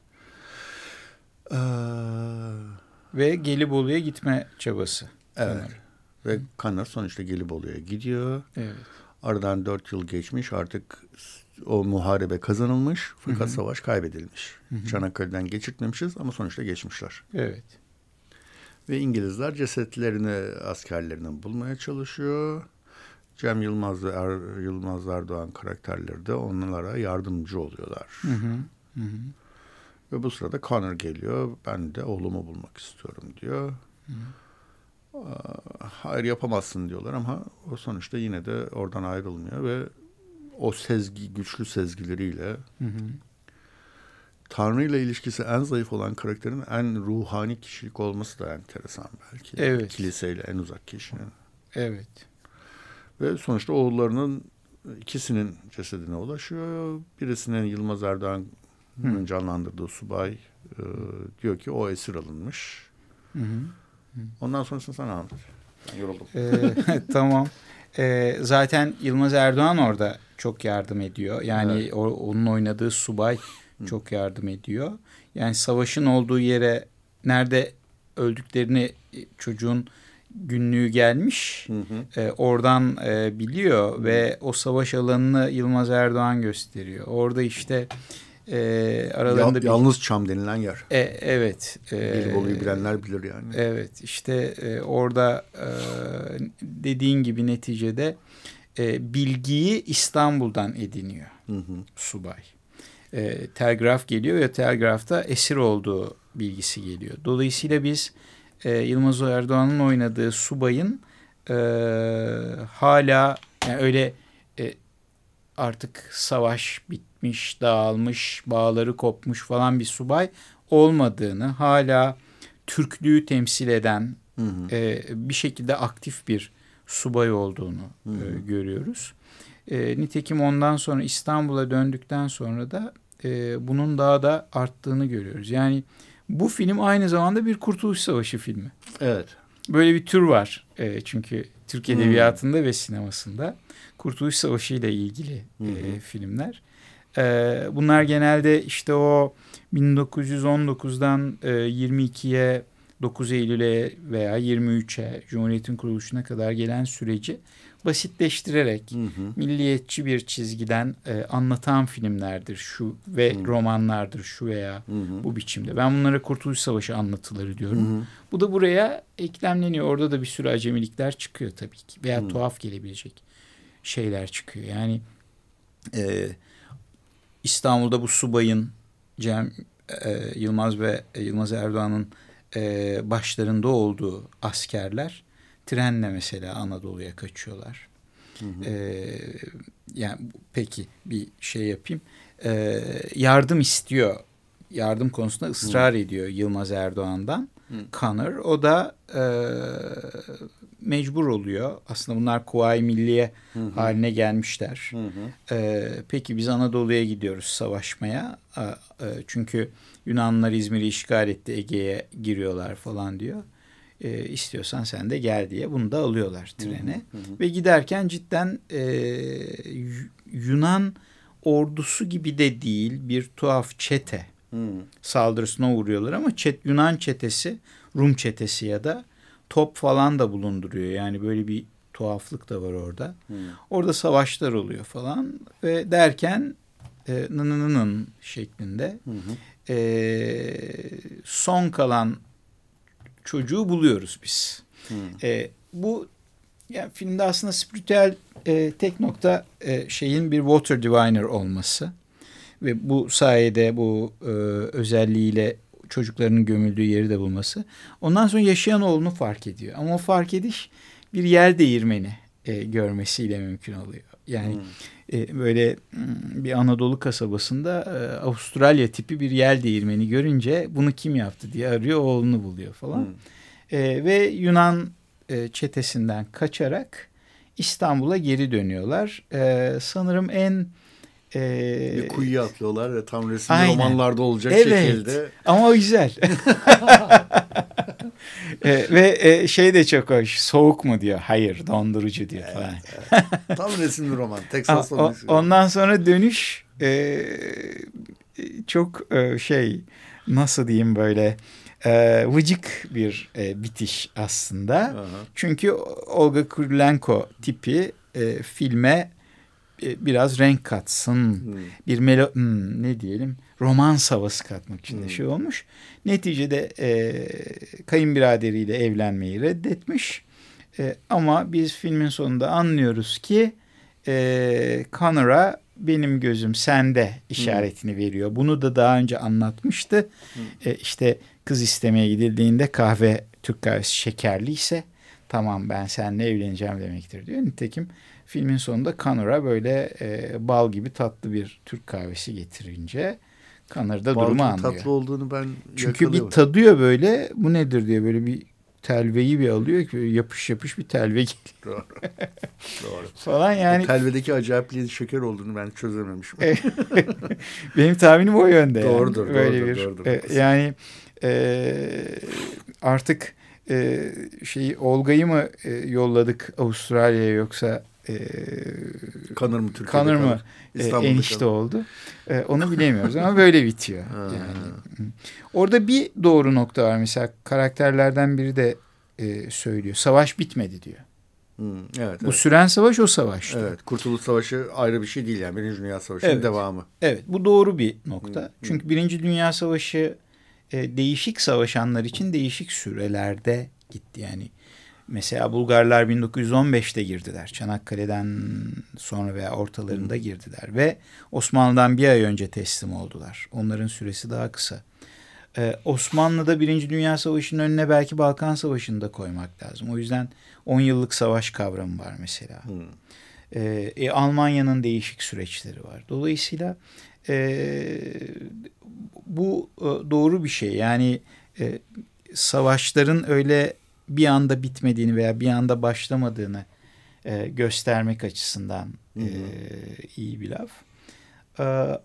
Ee, Ve Gelibolu'ya gitme çabası. Evet. Connor. Ve Connor sonuçta Gelibolu'ya gidiyor. Evet. Aradan dört yıl geçmiş, artık o muharebe kazanılmış fakat Hı-hı. savaş kaybedilmiş. Hı-hı. Çanakkale'den geçirtmemişiz ama sonuçta geçmişler. Evet. Ve İngilizler cesetlerini askerlerinin bulmaya çalışıyor. Cem Yılmaz ve er, Yılmaz Erdoğan karakterleri de onlara yardımcı oluyorlar. Hı hı. Hı. Ve bu sırada Connor geliyor. Ben de oğlumu bulmak istiyorum diyor. Hı. Hayır yapamazsın diyorlar ama o sonuçta yine de oradan ayrılmıyor ve o sezgi, güçlü sezgileriyle hı hı. Tanrı ile ilişkisi en zayıf olan karakterin en ruhani kişilik olması da enteresan belki. Evet. Kiliseyle en uzak kişinin. Evet. Ve sonuçta oğullarının ikisinin cesedine ulaşıyor. Birisinin Yılmaz Erdoğan'ın canlandırdığı subay e, diyor ki o esir alınmış. Hı hı. Ondan sonrasını sana anlat. Ben yoruldum. Ee, tamam. Ee, zaten Yılmaz Erdoğan orada çok yardım ediyor. Yani evet. o, onun oynadığı subay Hı. çok yardım ediyor. Yani savaşın olduğu yere nerede öldüklerini çocuğun günlüğü gelmiş. Hı hı. E, oradan e, biliyor hı. ve o savaş alanını Yılmaz Erdoğan gösteriyor. Orada işte e, aralarında... Ya, bir, yalnız Çam denilen yer. E, evet. E, Gelibolu'yu bilenler bilir yani. Evet. İşte e, orada e, dediğin gibi neticede e, bilgiyi İstanbul'dan ediniyor hı hı. subay. E, telgraf geliyor ve telgrafta esir olduğu bilgisi geliyor. Dolayısıyla biz e, Yılmaz Erdoğan'ın oynadığı subayın e, hala yani öyle e, artık savaş bitmiş, dağılmış, bağları kopmuş falan bir subay olmadığını, hala Türklüğü temsil eden Hı hı. E, bir şekilde aktif bir subay olduğunu Hı hı. e, görüyoruz. E, nitekim ondan sonra İstanbul'a döndükten sonra da e, bunun daha da arttığını görüyoruz. Yani bu film aynı zamanda bir Kurtuluş Savaşı filmi. Evet. Böyle bir tür var. E, çünkü Türk Edebiyatı'nda hmm. ve sinemasında Kurtuluş Savaşı ile ilgili e, filmler. E, bunlar genelde işte o bin dokuz yüz on dokuzdan e, yirmi ikiye, dokuz Eylül'e veya yirmi üçe Cumhuriyet'in kuruluşuna kadar gelen süreci basitleştirerek hı hı. milliyetçi bir çizgiden e, anlatan filmlerdir şu ve hı. romanlardır şu veya hı hı. bu biçimde. Ben bunlara Kurtuluş Savaşı anlatıları diyorum. Hı hı. Bu da buraya eklemleniyor. Orada da bir sürü acemilikler çıkıyor tabii ki veya hı. tuhaf gelebilecek şeyler çıkıyor. Yani e, İstanbul'da bu subayın Cem e, Yılmaz ve e, Yılmaz Erdoğan'ın e, başlarında olduğu askerler trenle mesela Anadolu'ya kaçıyorlar. Hı hı. Ee, yani peki bir şey yapayım. Ee, yardım istiyor. Yardım konusunda ısrar hı. ediyor Yılmaz Erdoğan'dan. Hı. Connor. O da e, mecbur oluyor. Aslında bunlar Kuvayi Milliye hı hı. haline gelmişler. Hı hı. Ee, peki biz Anadolu'ya gidiyoruz savaşmaya. E, e, çünkü Yunanlılar İzmir'i işgal etti. Ege'ye giriyorlar falan diyor. E, istiyorsan sen de gel diye bunu da alıyorlar trene. Hı hı hı. Ve giderken cidden e, Yunan ordusu gibi de değil bir tuhaf çete hı. saldırısına uğruyorlar ama çet, Yunan çetesi Rum çetesi ya da top falan da bulunduruyor. Yani böyle bir tuhaflık da var orada. Hı. Orada savaşlar oluyor falan ve derken e, nınınının şeklinde hı hı. E, son kalan çocuğu buluyoruz biz. Hmm. E, bu yani filmde aslında spiritüel e, tek nokta e, şeyin bir water diviner olması ve bu sayede bu e, özelliğiyle çocuklarının gömüldüğü yeri de bulması. Ondan sonra yaşayan oğlunu fark ediyor. Ama o fark ediş bir yer değirmeni e, görmesiyle mümkün oluyor. Yani hmm. e, böyle bir Anadolu kasabasında e, Avustralya tipi bir yel değirmeni görünce bunu kim yaptı diye arıyor, oğlunu buluyor falan. Hmm. E, ve Yunan e, çetesinden kaçarak İstanbul'a geri dönüyorlar. E, sanırım en e, bir kuyuya atlıyorlar ve tam resimli aynen. romanlarda olacak evet. şekilde. Ama o güzel. e, ve e, şey de çok hoş. Soğuk mu diyor. Hayır, dondurucu diyor evet, falan. Evet. Tam resimli roman. Texas o, ondan sonra dönüş e, çok e, şey nasıl diyeyim böyle e, vıcık bir e, bitiş aslında. Aha. Çünkü Olga Kurylenko tipi e, filme e, biraz renk katsın. Hmm. Bir melo hmm, ne diyelim romans havası katmak için de hmm. şey olmuş. Neticede e, kayınbiraderiyle evlenmeyi reddetmiş. E, ama biz filmin sonunda anlıyoruz ki e, Connor'a benim gözüm sende işaretini hmm. veriyor. Bunu da daha önce anlatmıştı. Hmm. E, işte kız istemeye gidildiğinde kahve, Türk kahvesi şekerliyse tamam ben seninle evleneceğim demektir diyor. Nitekim filmin sonunda Connor'a böyle e, bal gibi tatlı bir Türk kahvesi getirince Connor da durumu anlıyor. Tatlı olduğunu ben çünkü bir tadıyor böyle bu nedir diye böyle bir telveyi bir alıyor ki yapış yapış bir telve geliyor. Doğru. Doğru. Falan yani. O telvedeki acayipliğin şeker olduğunu ben çözememişim. Benim tahminim o yönde. Doğrudur. Yani. Böyle doğrudur, bir, doğrudur. E, yani e, artık e, şeyi Olga'yı mı e, yolladık Avustralya'ya yoksa e, Kanır mı Türkiye'de Kanır mı e, enişte kalır. oldu. E, onu bilemiyoruz ama böyle bitiyor. Yani. Orada bir doğru nokta var. Mesela karakterlerden biri de e, söylüyor. Savaş bitmedi diyor. Hmm, evet, bu evet. süren savaş o savaştı. Evet, Kurtuluş Savaşı ayrı bir şey değil yani. Birinci Dünya Savaşı'nın evet. devamı. Evet, bu doğru bir nokta. Hmm, Çünkü hmm. Birinci Dünya Savaşı e, değişik savaşanlar için değişik sürelerde gitti. Yani mesela Bulgarlar bin dokuz yüz on beşte girdiler. Çanakkale'den sonra veya ortalarında hmm. girdiler. Ve Osmanlı'dan bir ay önce teslim oldular. Onların süresi daha kısa. Ee, Osmanlı'da Birinci Dünya Savaşı'nın önüne belki Balkan Savaşı'nı da koymak lazım. O yüzden on yıllık savaş kavramı var mesela. Hmm. Ee, e, Almanya'nın değişik süreçleri var. Dolayısıyla e, bu e, doğru bir şey. Yani e, savaşların öyle bir anda bitmediğini veya bir anda başlamadığını e, göstermek açısından e, iyi bir laf. E,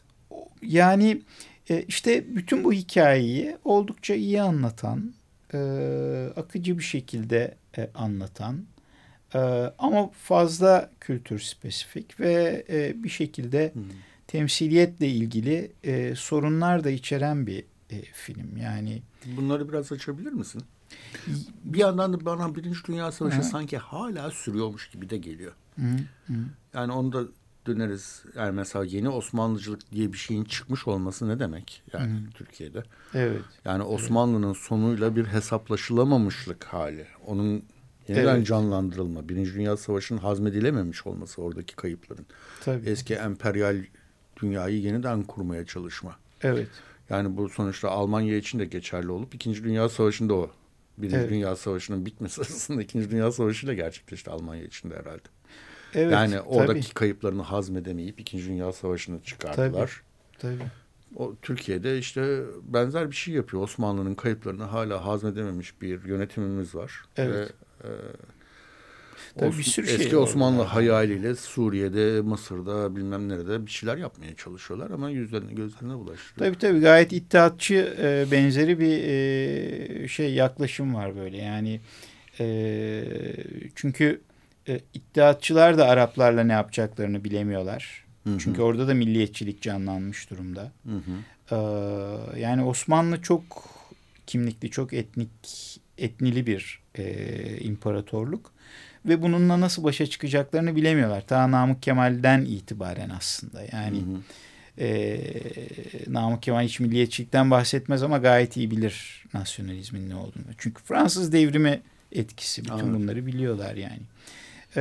yani e, işte bütün bu hikayeyi oldukça iyi anlatan, e, akıcı bir şekilde e, anlatan e, ama fazla kültür spesifik ve e, bir şekilde hmm. temsiliyetle ilgili e, sorunlar da içeren bir e, film. Yani bunları biraz açabilir misin? Bir yandan da bana Birinci Dünya Savaşı Hı. sanki hala sürüyormuş gibi de geliyor. Hı. Hı. Yani onu da döneriz. Yani mesela yeni Osmanlıcılık diye bir şeyin çıkmış olması ne demek? Yani Hı. Türkiye'de. Evet. Yani Osmanlı'nın evet. sonuyla bir hesaplaşılamamışlık hali. Onun yeniden evet. canlandırılma. Birinci Dünya Savaşı'nın hazmedilememiş olması oradaki kayıpların. Tabii. Eski emperyal dünyayı yeniden kurmaya çalışma. Evet. Yani bu sonuçta Almanya için de geçerli olup İkinci Dünya Savaşı'nda o. Birinci evet. Dünya Savaşı'nın bitmesi sırasında İkinci Dünya Savaşı'yla gerçekleşti Almanya için de herhalde. Evet, yani oradaki tabii. kayıplarını hazmedemeyip İkinci Dünya Savaşı'nı çıkarttılar. Tabii, tabii. O Türkiye'de işte benzer bir şey yapıyor. Osmanlı'nın kayıplarını hala hazmedememiş bir yönetimimiz var. Evet. Ve, e, Tabii bir sürü eski şey Osmanlı var. hayaliyle Suriye'de, Mısır'da bilmem nerede bir şeyler yapmaya çalışıyorlar ama yüzlerine gözlerine bulaştırıyor. Tabii tabii gayet iddiatçı e, benzeri bir e, şey yaklaşım var böyle yani e, çünkü e, iddiatçılar da Araplarla ne yapacaklarını bilemiyorlar. Hı hı. Çünkü orada da milliyetçilik canlanmış durumda. Hı hı. E, yani Osmanlı çok kimlikli, çok etnik, etnili bir e, imparatorluk. Ve bununla nasıl başa çıkacaklarını bilemiyorlar. Ta Namık Kemal'den itibaren aslında. Yani hı hı. E, Namık Kemal hiç milliyetçilikten bahsetmez ama gayet iyi bilir nasyonalizmin ne olduğunu. Çünkü Fransız devrimi etkisi. Bütün evet. bunları biliyorlar yani. E,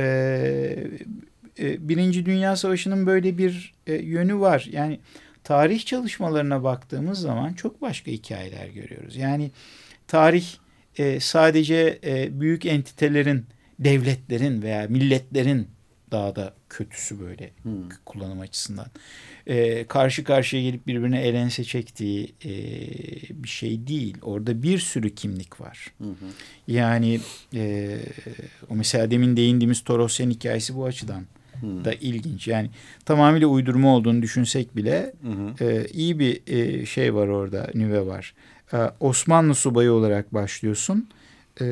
e, Birinci Dünya Savaşı'nın böyle bir e, yönü var. Yani tarih çalışmalarına baktığımız zaman çok başka hikayeler görüyoruz. Yani tarih e, sadece e, büyük entitelerin, devletlerin veya milletlerin daha da kötüsü böyle hmm. kullanım açısından. Ee, karşı karşıya gelip birbirine elense çektiği e, bir şey değil. Orada bir sürü kimlik var. Hmm. Yani e, o mesela demin değindiğimiz Torosyan hikayesi bu açıdan hmm. da ilginç. Yani tamamıyla uydurma olduğunu düşünsek bile hmm. e, iyi bir e, şey var orada, nüve var. E, Osmanlı subayı olarak başlıyorsun. E,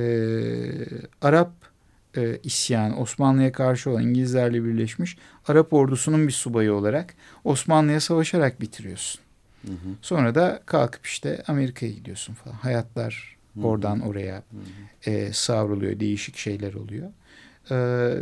Arap E, isyan, Osmanlı'ya karşı olan İngilizlerle birleşmiş Arap ordusunun bir subayı olarak Osmanlı'ya savaşarak bitiriyorsun. Hı hı. Sonra da kalkıp işte Amerika'ya gidiyorsun falan. Hayatlar hı hı. oradan oraya hı hı. E, savruluyor. Değişik şeyler oluyor. E,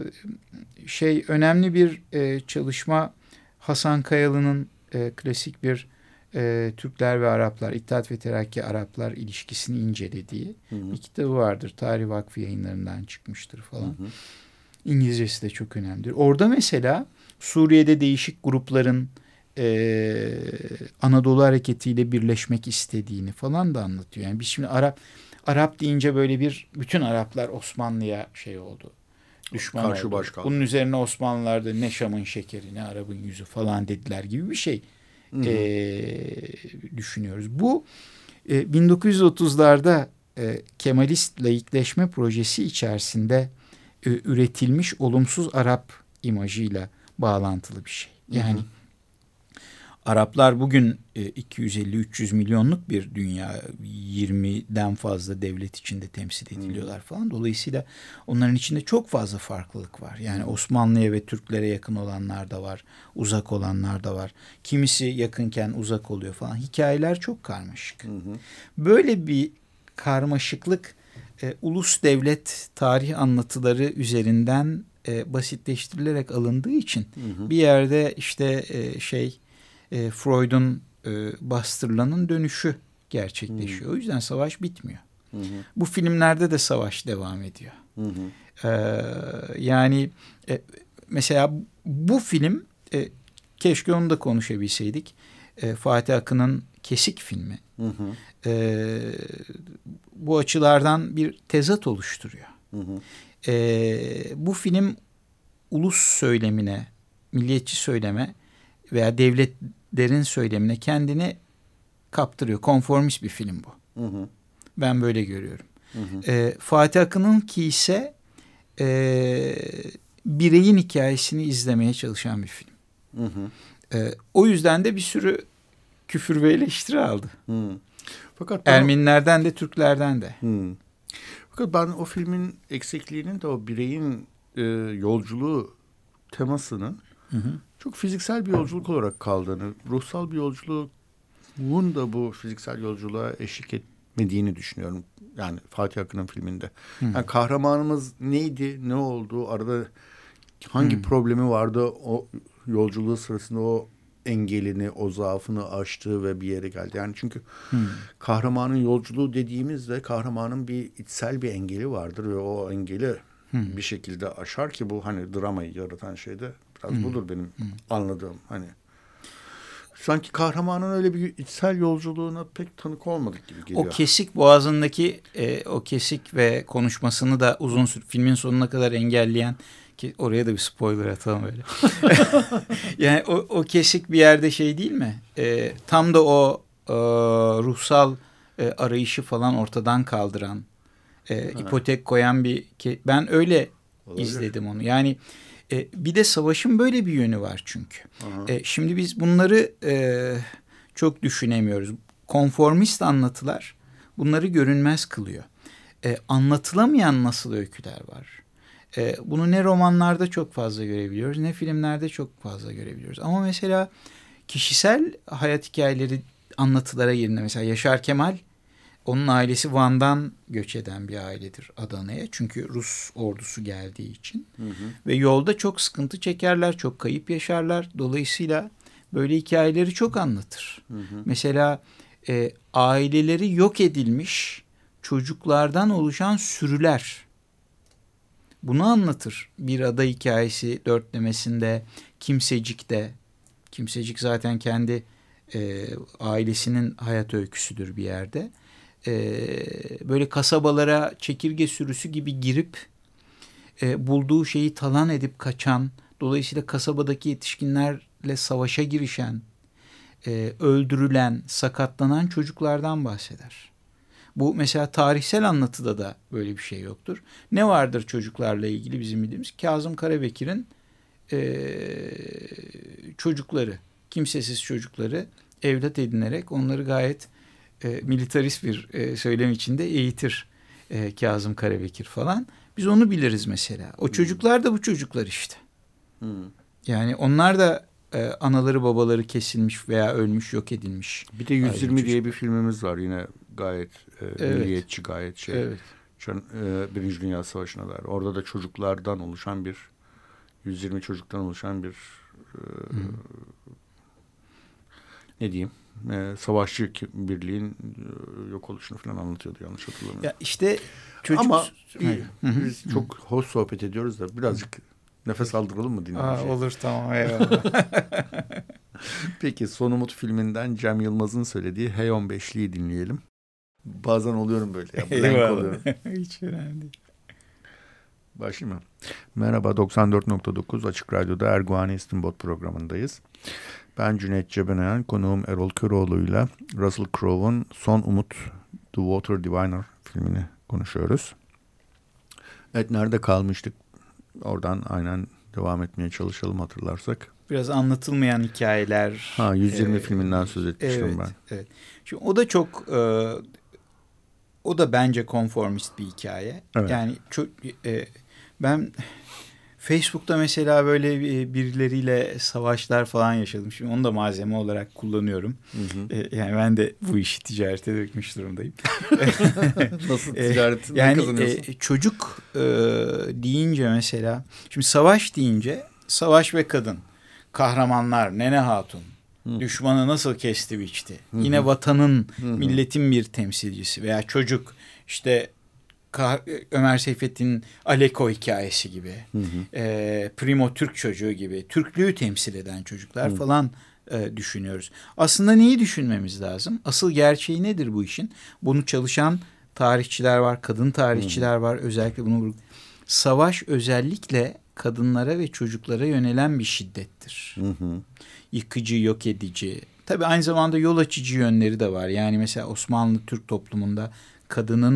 şey önemli bir e, çalışma Hasan Kayalı'nın e, klasik bir e, Türkler ve Araplar, İttihat ve Terakki Araplar ilişkisini incelediği hı hı. bir kitabı vardır. Tarih Vakfı Yayınlarından çıkmıştır falan. Hı hı. İngilizcesi de çok önemlidir. Orada mesela Suriye'de değişik grupların e, Anadolu Hareketi'yle birleşmek istediğini falan da anlatıyor. Yani biz şimdi Arap Arap deyince böyle bir bütün Araplar Osmanlı'ya şey oldu. Düşman Karşı oldu. Bunun üzerine Osmanlılar da ne Şam'ın şekeri ne Arap'ın yüzü falan dediler gibi bir şey. E, düşünüyoruz. Bu e, bin dokuz yüz otuzlarda e, Kemalist laikleşme projesi içerisinde e, üretilmiş olumsuz Arap imajıyla bağlantılı bir şey. Yani hı hı. Araplar bugün e, iki yüz elli üç yüz milyonluk bir dünya, yirmiden fazla devlet içinde temsil ediliyorlar hmm. falan. Dolayısıyla onların içinde çok fazla farklılık var. Yani Osmanlı'ya ve Türklere yakın olanlar da var, uzak olanlar da var. Kimisi yakınken uzak oluyor falan. Hikayeler çok karmaşık. Hmm. Böyle bir karmaşıklık e, ulus devlet tarih anlatıları üzerinden e, basitleştirilerek alındığı için hmm. bir yerde işte e, şey... E, Freud'un e, bastırılanın dönüşü gerçekleşiyor. Hmm. O yüzden savaş bitmiyor. Hmm. Bu filmlerde de savaş devam ediyor. Hmm. E, yani e, mesela bu film e, keşke onu da konuşabilseydik. E, Fatih Akın'ın Kesik filmi. Hmm. E, bu açılardan bir tezat oluşturuyor. Hmm. E, bu film ulus söylemine, milliyetçi söyleme veya devletlerin söylemine kendini kaptırıyor. Konformist bir film bu. Hı hı. Ben böyle görüyorum. Hı hı. E, Fatih Akın'ınki ise e, bireyin hikayesini izlemeye çalışan bir film. Hı hı. E, o yüzden de bir sürü küfür ve eleştiri aldı. Hı. Fakat ben Ermenilerden de Türklerden de. Hı. Fakat ben o filmin eksikliğinin de o bireyin e, yolculuğu temasının Hı hı. çok fiziksel bir yolculuk olarak kaldığını, ruhsal bir yolculuğun da bu fiziksel yolculuğa eşlik etmediğini düşünüyorum. Yani Fatih Akın'ın filminde. Hı. Yani kahramanımız neydi, ne oldu, arada hangi Hı. problemi vardı, o yolculuğu sırasında o engelini, o zaafını aştığı ve bir yere geldi. Yani çünkü Hı. kahramanın yolculuğu dediğimizde kahramanın bir içsel bir engeli vardır ve o engeli Hı. bir şekilde aşar ki bu hani dramayı yaratan şey de biraz Hı. budur benim Hı. anladığım. Hani sanki kahramanın öyle bir içsel yolculuğuna pek tanık olmadık gibi geliyor. O kesik boğazındaki e, o kesik ve konuşmasını da uzun süre filmin sonuna kadar engelleyen, ki oraya da bir spoiler atalım öyle. Yani o, o kesik bir yerde şey değil mi? E, tam da o e, ruhsal e, arayışı falan ortadan kaldıran, e, ipotek koyan bir ke- ben öyle Olabilir. izledim onu. Yani e, bir de savaşın böyle bir yönü var çünkü. Aha. E, şimdi biz bunları e, çok düşünemiyoruz. Konformist anlatılar bunları görünmez kılıyor. E, anlatılamayan nasıl öyküler var? E, bunu ne romanlarda çok fazla görebiliyoruz, ne filmlerde çok fazla görebiliyoruz. Ama mesela kişisel hayat hikayeleri anlatılara girdiğinde, mesela Yaşar Kemal, onun ailesi Van'dan göç eden bir ailedir Adana'ya. Çünkü Rus ordusu geldiği için. Hı hı. Ve yolda çok sıkıntı çekerler, çok kayıp yaşarlar. Dolayısıyla böyle hikayeleri çok anlatır. Hı hı. Mesela e, aileleri yok edilmiş çocuklardan oluşan sürüler. Bunu anlatır. Bir ada hikayesi dörtlemesinde, Kimsecik'te. Kimsecik zaten kendi e, ailesinin hayat öyküsüdür bir yerde. E, böyle kasabalara çekirge sürüsü gibi girip e, bulduğu şeyi talan edip kaçan, dolayısıyla kasabadaki yetişkinlerle savaşa girişen, e, öldürülen, sakatlanan çocuklardan bahseder. Bu mesela tarihsel anlatıda da böyle bir şey yoktur. Ne vardır çocuklarla ilgili bizim bildiğimiz? Kazım Karabekir'in e, çocukları, kimsesiz çocukları evlat edinerek onları gayet e, militarist bir e, söylem içinde eğitir e, Kazım Karabekir falan. Biz onu biliriz mesela. O çocuklar da bu çocuklar işte. Hı. Yani onlar da e, anaları babaları kesilmiş veya ölmüş, yok edilmiş. Bir de yüz yirmi Ayrıca diye bir filmimiz var yine gayet e, Evet. milliyetçi, gayet şey. Evet. Can, e, Birinci Dünya Savaşı'na dair. Orada da çocuklardan oluşan bir yüz yirmi çocuktan oluşan bir e, ne diyeyim e, savaşçı birliğin e, yok oluşunu falan anlatıyordu yanlış hatırlamıyorum. Ya işte çocuk... Ama Hayır. iyi, biz çok hoş sohbet ediyoruz da birazcık nefes aldıralım mı dinleyiciye? Olur tamam eyvallah. Peki Son Umut filminden Cem Yılmaz'ın söylediği Hey on beşliği dinleyelim. Bazen oluyorum böyle ya. Blank oluyorum. Hiç önemli değil. Başlayayım mı? Merhaba, doksan dört nokta dokuz Açık Radyo'da Erguani İstinbot programındayız. Ben Cüneyt Cebenayan, konuğum Erol Köroğlu'yla Russell Crowe'un Son Umut The Water Diviner filmini konuşuyoruz. Evet, nerede kalmıştık? Oradan aynen devam etmeye çalışalım hatırlarsak. Biraz anlatılmayan hikayeler. Ha, yüz yirmi e, filminden söz etmiştim evet, ben. Evet. Şimdi o da çok e, o da bence konformist bir hikaye. Evet. Yani çok e, ben Facebook'ta mesela böyle birileriyle savaşlar falan yaşadım. Şimdi onu da malzeme olarak kullanıyorum. Hı hı. E, yani ben de bu işi ticarete dökmüş durumdayım. Nasıl ticaret? Yani ne kazanıyorsun? e, çocuk e, deyince mesela, şimdi savaş deyince savaş ve kadın, kahramanlar, Nene Hatun, Hı. düşmanı nasıl kesti biçti. Hı. Yine vatanın, Hı. milletin bir temsilcisi veya çocuk işte Ömer Seyfettin'in Aleko hikayesi gibi, Hı hı. e, Primo Türk çocuğu gibi, Türklüğü temsil eden çocuklar hı. falan e, düşünüyoruz. Aslında neyi düşünmemiz lazım? Asıl gerçeği nedir bu işin? Bunu çalışan tarihçiler var, kadın tarihçiler hı. var. Özellikle bunu savaş özellikle kadınlara ve çocuklara yönelen bir şiddettir. Hı hı. Yıkıcı, yok edici. Tabii aynı zamanda yol açıcı yönleri de var. Yani mesela Osmanlı Türk toplumunda kadının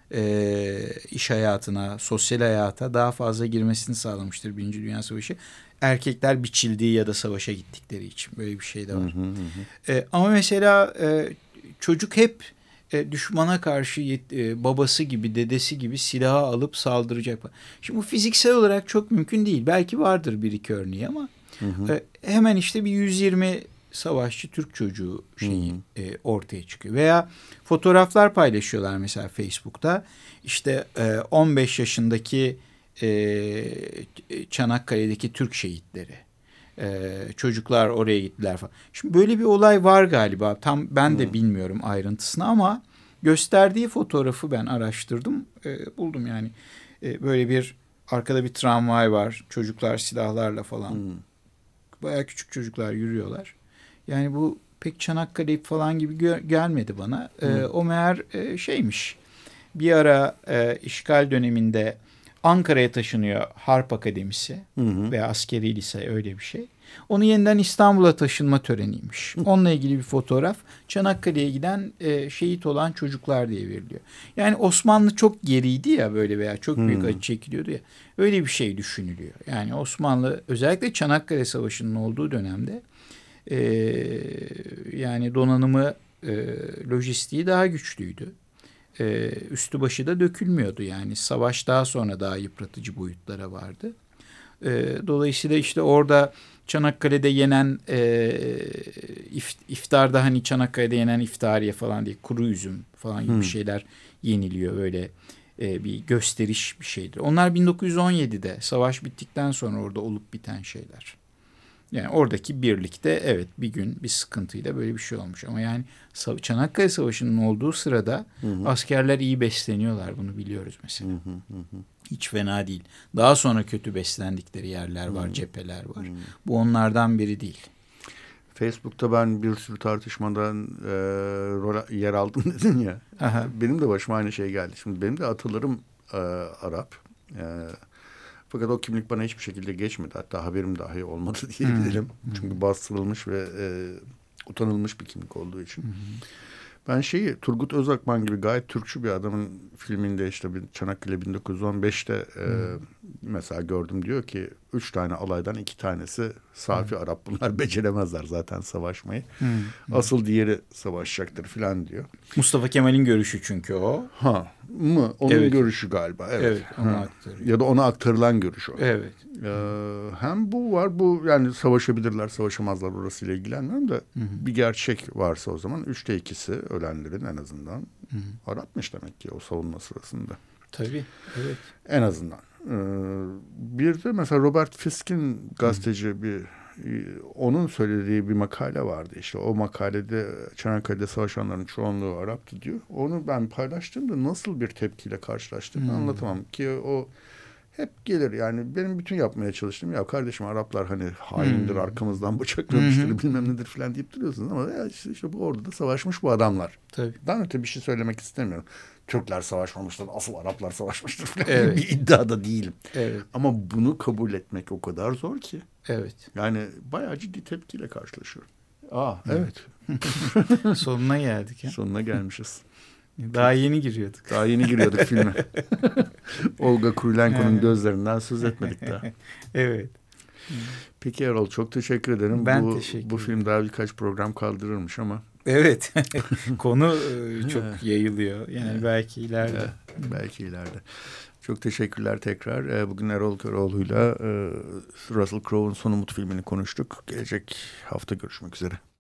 e, iş hayatına, sosyal hayata daha fazla girmesini sağlamıştır Birinci Dünya Savaşı. Erkekler biçildiği ya da savaşa gittikleri için böyle bir şey de var. Hı hı hı. E, ama mesela e, çocuk hep e, düşmana karşı yet, e, babası gibi, dedesi gibi silahı alıp saldıracak. Şimdi bu fiziksel olarak çok mümkün değil. Belki vardır bir iki örneği ama hı hı. E, hemen işte bir yüz yirmi savaşçı Türk çocuğu şeyi e, ortaya çıkıyor. Veya fotoğraflar paylaşıyorlar mesela Facebook'ta. İşte e, on beş yaşındaki e, Çanakkale'deki Türk şehitleri. E, çocuklar oraya gittiler falan. Şimdi böyle bir olay var galiba. Tam ben de hmm. bilmiyorum ayrıntısını ama gösterdiği fotoğrafı ben araştırdım. E, buldum yani. E, böyle bir arkada bir tramvay var. Çocuklar silahlarla falan. Hmm. Bayağı küçük çocuklar yürüyorlar. Yani bu pek Çanakkale falan gibi gö- gelmedi bana. Hmm. E, o meğer e, şeymiş. Bir ara e, işgal döneminde Ankara'ya taşınıyor Harp Akademisi hı hı. veya askeri lise öyle bir şey. Onu yeniden İstanbul'a taşınma töreniymiş. Hı. Onunla ilgili bir fotoğraf Çanakkale'ye giden e, şehit olan çocuklar diye veriliyor. Yani Osmanlı çok geriydi ya böyle veya çok büyük acı çekiliyordu ya. Öyle bir şey düşünülüyor. Yani Osmanlı özellikle Çanakkale Savaşı'nın olduğu dönemde e, yani donanımı, e, lojistiği daha güçlüydü. Ee, üstü başı da dökülmüyordu yani savaş daha sonra daha yıpratıcı boyutlara vardı. Ee, dolayısıyla işte orada Çanakkale'de yenen e, if, iftarda hani Çanakkale'de yenen iftariye falan diye kuru üzüm falan gibi hmm. şeyler yeniliyor böyle e, bir gösteriş bir şeydir. Onlar bin dokuz yüz on yedide savaş bittikten sonra orada olup biten şeyler. Yani oradaki birlikte evet bir gün bir sıkıntıyla böyle bir şey olmuş. Ama yani Çanakkale Savaşı'nın olduğu sırada hı hı. askerler iyi besleniyorlar. Bunu biliyoruz mesela. Hı hı hı. Hiç fena değil. Daha sonra kötü beslendikleri yerler var, hı hı. cepheler var. Hı hı. Bu onlardan biri değil. Facebook'ta ben bir sürü tartışmadan e, rol, yer aldım dedin ya. Aha. Benim de başıma aynı şey geldi. Şimdi benim de atalarım e, Arap. E, Fakat o kimlik bana hiçbir şekilde geçmedi. Hatta haberim dahi olmadı diyebilirim. Hmm. Çünkü bastırılmış ve e, utanılmış bir kimlik olduğu için. Hmm. Ben şeyi Turgut Özakman gibi gayet Türkçü bir adamın filminde işte Çanakkale bin dokuz yüz on beşte e, hmm. mesela gördüm diyor ki üç tane alaydan iki tanesi safi hmm. Arap. Bunlar beceremezler zaten savaşmayı. Hmm. Asıl diğeri savaşacaktır falan diyor. Mustafa Kemal'in görüşü çünkü o. Ha mı? Onun evet. görüşü galiba. Evet. evet ona aktarıyor. Ya da ona aktarılan görüş o. Evet. Ee, hem bu var bu yani savaşabilirler savaşamazlar orasıyla ilgilenmiyorum da hı hı. bir gerçek varsa o zaman üçte ikisi ölenlerin en azından hı hı. Arapmış demek ki o savunma sırasında. Tabii. Evet. En azından. Ee, bir de mesela Robert Fisk'in gazeteci hı. bir onun söylediği bir makale vardı işte o makalede Çanakkale'de savaşanların çoğunluğu Arap'tı diyor. Onu ben paylaştığımda nasıl bir tepkiyle karşılaştığımı hmm. anlatamam ki o hep gelir yani benim bütün yapmaya çalıştığım ya kardeşim Araplar hani haindir hmm. arkamızdan bıçaklamıştır hmm. bilmem nedir falan deyip duruyorsunuz ama ya işte, işte bu orada da savaşmış bu adamlar. Tabii. Daha öte bir şey söylemek istemiyorum. Türkler savaşmamıştır, asıl Araplar savaşmıştır falan evet. bir iddiada değilim. Evet. Ama bunu kabul etmek o kadar zor ki. Evet. Yani bayağı ciddi tepkiyle karşılaşıyorum. Aa evet. Sonuna geldik. Ya. Sonuna gelmişiz. Daha yeni giriyorduk. Daha yeni giriyorduk filme. Olga Kurylenko'nun gözlerinden söz etmedik daha. Evet. Peki Erol çok teşekkür ederim. Ben bu, teşekkür ederim. Bu film daha birkaç program kaldırırmış ama. Evet. Konu çok yayılıyor. Yani belki ileride. Belki ileride. Çok teşekkürler tekrar. Bugün Erol Köroğlu'yla Russell Crowe'un Son Umut filmini konuştuk. Gelecek hafta görüşmek üzere.